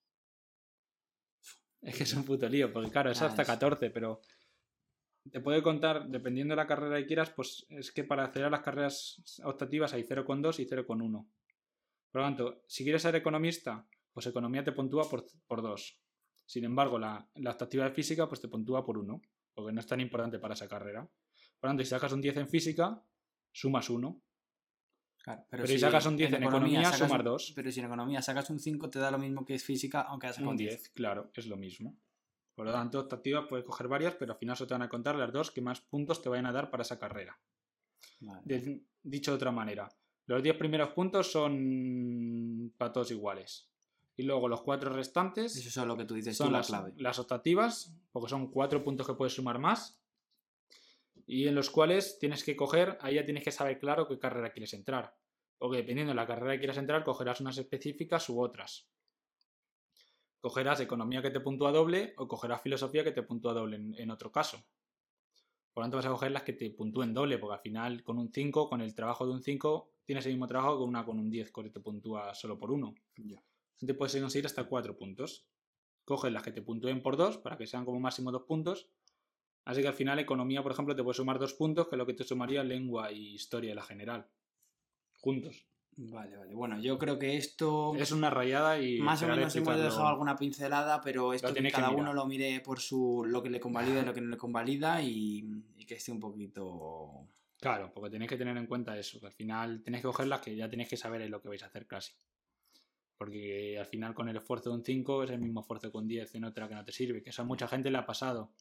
[SPEAKER 2] Es que es un puto lío, porque claro, es hasta 14, pero te puede contar, dependiendo de la carrera que quieras, pues es que para acceder a las carreras optativas hay 0,2 y 0,1. Por lo tanto, si quieres ser economista, pues economía te puntúa por 2. Sin embargo, la optativa de física pues te puntúa por 1, porque no es tan importante para esa carrera. Por lo tanto, si sacas un 10 en física, sumas 1.
[SPEAKER 1] Claro,
[SPEAKER 2] pero si sacas un 10 en economía sumas 2.
[SPEAKER 1] Pero si en economía sacas un 5, te da lo mismo que es física, aunque has sacado
[SPEAKER 2] un 10. Claro, es lo mismo. Por lo tanto, optativas puedes coger varias, pero al final solo te van a contar las 2 que más puntos te vayan a dar para esa carrera. Vale. Dicho de otra manera, los 10 primeros puntos son para todos iguales. Y luego los 4 restantes...
[SPEAKER 1] Eso es lo que tú dices,
[SPEAKER 2] son la clave. Las optativas, porque son 4 puntos que puedes sumar más. Y en los cuales tienes que coger, ahí ya tienes que saber claro qué carrera quieres entrar. Porque dependiendo de la carrera que quieras entrar, cogerás unas específicas u otras. Cogerás economía que te puntúa doble o cogerás filosofía que te puntúa doble en otro caso. Por lo tanto vas a coger las que te puntúen doble, porque al final con un 5, con el trabajo de un 5, tienes el mismo trabajo que una con un 10, que te puntúa solo por 1.
[SPEAKER 1] Yeah.
[SPEAKER 2] Entonces puedes conseguir hasta 4 puntos. Coges las que te puntúen por 2, para que sean como máximo 2 puntos. Así que al final economía, por ejemplo, te puede sumar 2 puntos, que es lo que te sumaría lengua y historia de la general. Juntos.
[SPEAKER 1] Vale. Bueno, yo creo que esto...
[SPEAKER 2] es una rayada y...
[SPEAKER 1] más o menos hemos dejado alguna pincelada, pero esto que cada uno lo mire por lo que le convalida y lo que no le convalida y que esté un poquito...
[SPEAKER 2] Claro, porque tenéis que tener en cuenta eso, que al final tenéis que coger las que ya tenéis que saber en lo que vais a hacer casi. Porque al final con el esfuerzo de un 5 es el mismo esfuerzo que un 10 en otra que no te sirve, que eso a mucha gente le ha pasado.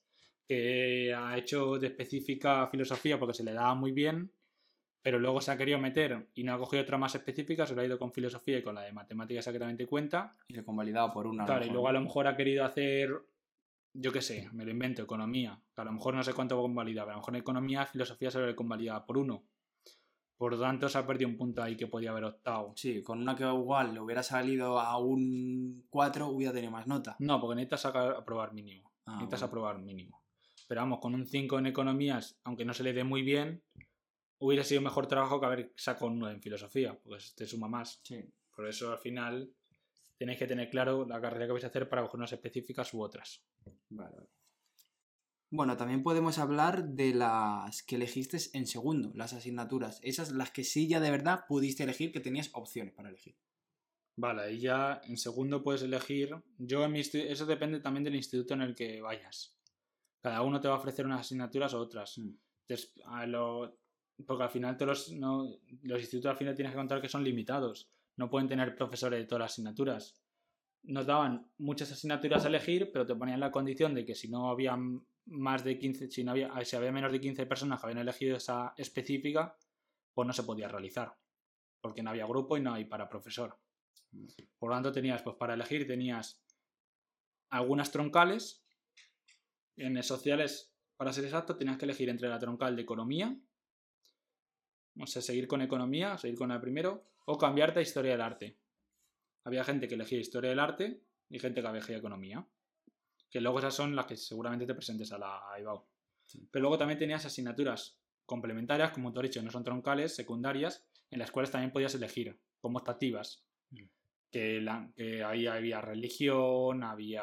[SPEAKER 2] que ha hecho de específica filosofía porque se le daba muy bien, pero luego se ha querido meter y no ha cogido otra más específica, se lo ha ido con filosofía y con la de matemáticas que también te cuenta.
[SPEAKER 1] Y le convalidaba por una.
[SPEAKER 2] Claro, y luego a lo mejor ha querido hacer, yo qué sé, me lo invento, economía, que a lo mejor no sé cuánto convalida, pero a lo mejor en economía, filosofía se lo convalidaba por 1. Por lo tanto, se ha perdido un punto ahí que podía haber optado.
[SPEAKER 1] Sí, con una que igual le hubiera salido a un 4 hubiera tenido más nota.
[SPEAKER 2] No, porque necesitas aprobar mínimo. Necesitas aprobar mínimo. Pero vamos, con un 5 en economías, aunque no se le dé muy bien, hubiera sido mejor trabajo que haber sacado un 9 en filosofía, porque te suma más.
[SPEAKER 1] Sí.
[SPEAKER 2] Por eso, al final, tenéis que tener claro la carrera que vais a hacer para coger unas específicas u otras.
[SPEAKER 1] Vale. Bueno, también podemos hablar de las que elegiste en segundo, las asignaturas. Esas las que sí ya de verdad pudiste elegir, que tenías opciones para elegir.
[SPEAKER 2] Vale, ahí ya en segundo puedes elegir. Eso depende también del instituto en el que vayas. Cada uno te va a ofrecer unas asignaturas o otras. Entonces, porque al final los institutos al final tienes que contar que son limitados. No pueden tener profesores de todas las asignaturas. Nos daban muchas asignaturas a elegir, pero te ponían la condición de que si no había más de 15, si había menos de 15 personas que habían elegido esa específica, pues no se podía realizar. Porque no había grupo y no hay para profesor. Por lo tanto, pues para elegir tenías algunas troncales. En sociales, para ser exacto, tenías que elegir entre la troncal de economía, o sea, seguir con economía, seguir con la primero, o cambiarte a historia del arte. Había gente que elegía historia del arte y gente que elegía economía. Que luego esas son las que seguramente te presentes a la IBAU. Sí. Pero luego también tenías asignaturas complementarias, como tú has dicho, no son troncales, secundarias, en las cuales también podías elegir como optativas. Que ahí había religión, había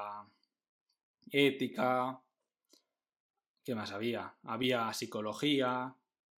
[SPEAKER 2] ética. ¿Qué más había? Había psicología.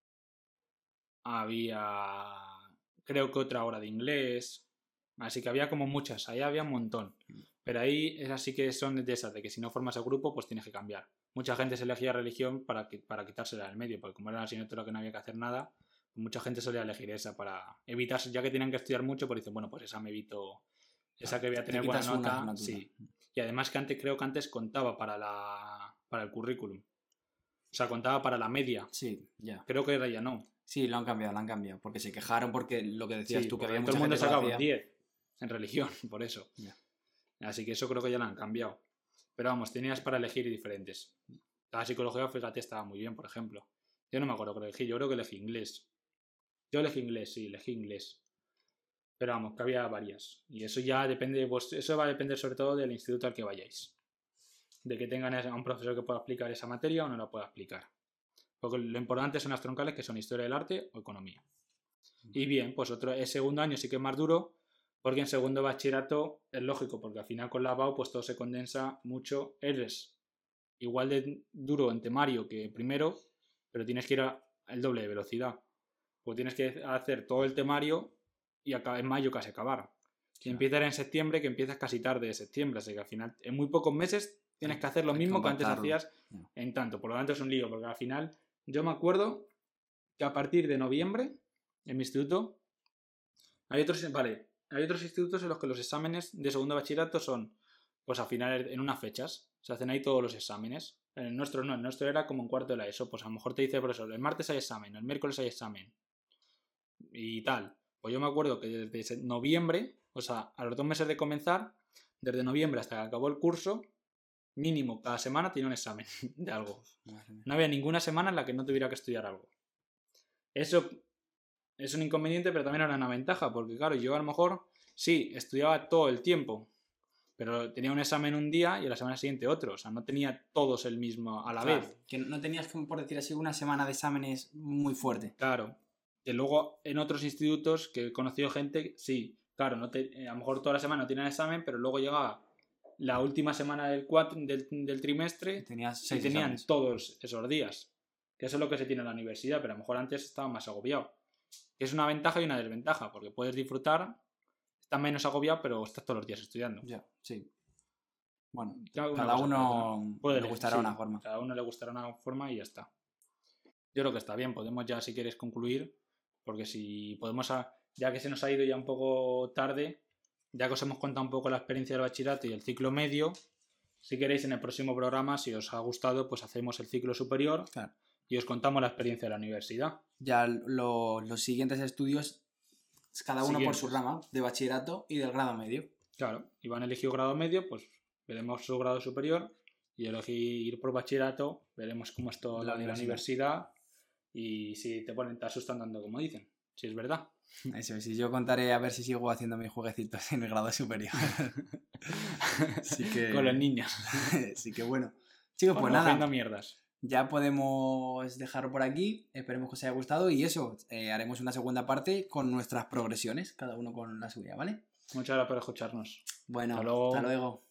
[SPEAKER 2] Había, creo que otra hora de inglés. Así que había como muchas, ahí había un montón. Pero ahí es así que son de esas, de que si no formas el grupo, pues tienes que cambiar. Mucha gente se elegía religión para quitársela del medio, porque como era una asignatura que no había que hacer nada, pues mucha gente solía elegir esa para evitarse, ya que tenían que estudiar mucho, pues dicen, bueno, pues esa me evito, esa que voy a tener buena nota. Sí. Y además creo que antes contaba para el currículum. O sea, contaba para la media.
[SPEAKER 1] Sí, ya.
[SPEAKER 2] Creo que ahora ya no.
[SPEAKER 1] Sí, lo han cambiado, porque se quejaron porque lo que decías tú, que había
[SPEAKER 2] todo el mundo sacaba un 10 en religión, por eso. Yeah. Así que eso creo que ya lo han cambiado. Pero vamos, tenías para elegir diferentes. La psicología, fíjate, estaba muy bien, por ejemplo. Yo no me acuerdo que elegí, yo creo que elegí inglés. Yo elegí inglés. Pero vamos, que había varias. Y eso ya depende, eso va a depender sobre todo del instituto al que vayáis. De que tengan a un profesor que pueda explicar esa materia o no la pueda explicar. Porque lo importante son las troncales, que son historia del arte o economía. Y bien, pues el segundo año sí que es más duro, porque en segundo bachillerato es lógico, porque al final con la BAU pues todo se condensa mucho. Eres igual de duro en temario que primero, pero tienes que ir al doble de velocidad. Porque tienes que hacer todo el temario y en mayo casi acabar. Si empiezas en septiembre, que empiezas casi tarde de septiembre, así que al final en muy pocos meses tienes que hacer lo mismo que antes hacías en tanto. Por lo tanto es un lío, porque al final yo me acuerdo que a partir de noviembre en mi instituto hay otros institutos en los que los exámenes de segundo bachillerato son pues a finales, en unas fechas, se hacen ahí todos los exámenes. En el nuestro no, el nuestro era como en cuarto de la ESO, pues a lo mejor te dice el profesor, el martes hay examen, el miércoles hay examen y tal. Pues yo me acuerdo que desde noviembre, o sea, a los 2 meses de comenzar, desde noviembre hasta que acabó el curso, mínimo cada semana tenía un examen de algo. No había ninguna semana en la que no tuviera que estudiar algo. Eso es un inconveniente, pero también era una ventaja, porque claro, yo a lo mejor sí, estudiaba todo el tiempo, pero tenía un examen un día y a la semana siguiente otro, o sea, no tenía todos el mismo a la vez.
[SPEAKER 1] Que no tenías, por decir así, una semana de exámenes muy fuerte.
[SPEAKER 2] Claro, que luego en otros institutos que he conocido gente, sí, claro, a lo mejor toda la semana no tenían examen, pero luego llegaba la última semana del trimestre y tenían todos esos días. Que eso es lo que se tiene en la universidad, pero a lo mejor antes estaba más agobiado. Que es una ventaja y una desventaja, porque puedes disfrutar, estás menos agobiado, pero estás todos los días estudiando.
[SPEAKER 1] Ya, sí. Bueno, cada uno le gustará una forma.
[SPEAKER 2] Cada uno le gustará una forma y ya está. Yo creo que está bien, podemos ya, si quieres, concluir, porque si podemos, ya que se nos ha ido ya un poco tarde, ya que os hemos contado un poco la experiencia del bachillerato y el ciclo medio, Si queréis, en el próximo programa, si os ha gustado, pues hacemos el ciclo superior
[SPEAKER 1] Claro.
[SPEAKER 2] y os contamos la experiencia de la universidad.
[SPEAKER 1] Ya los siguientes estudios, cada uno por su rama, de bachillerato y del grado medio.
[SPEAKER 2] Claro, Iván eligió grado medio, pues veremos su grado superior, y yo elegí ir por bachillerato, veremos cómo es toda la universidad y si te asustan tanto como dicen, si es verdad.
[SPEAKER 1] Eso es, y yo contaré a ver si sigo haciendo mis jueguecitos en el grado superior. Así que...
[SPEAKER 2] Con los niños.
[SPEAKER 1] Así que bueno. Chicos, pues nada.
[SPEAKER 2] Haciendo mierdas.
[SPEAKER 1] Ya podemos dejarlo por aquí. Esperemos que os haya gustado. Y eso, haremos una segunda parte con nuestras progresiones, cada uno con la suya, ¿vale?
[SPEAKER 2] Muchas gracias por escucharnos.
[SPEAKER 1] Bueno,
[SPEAKER 2] hasta luego.
[SPEAKER 1] Hasta luego.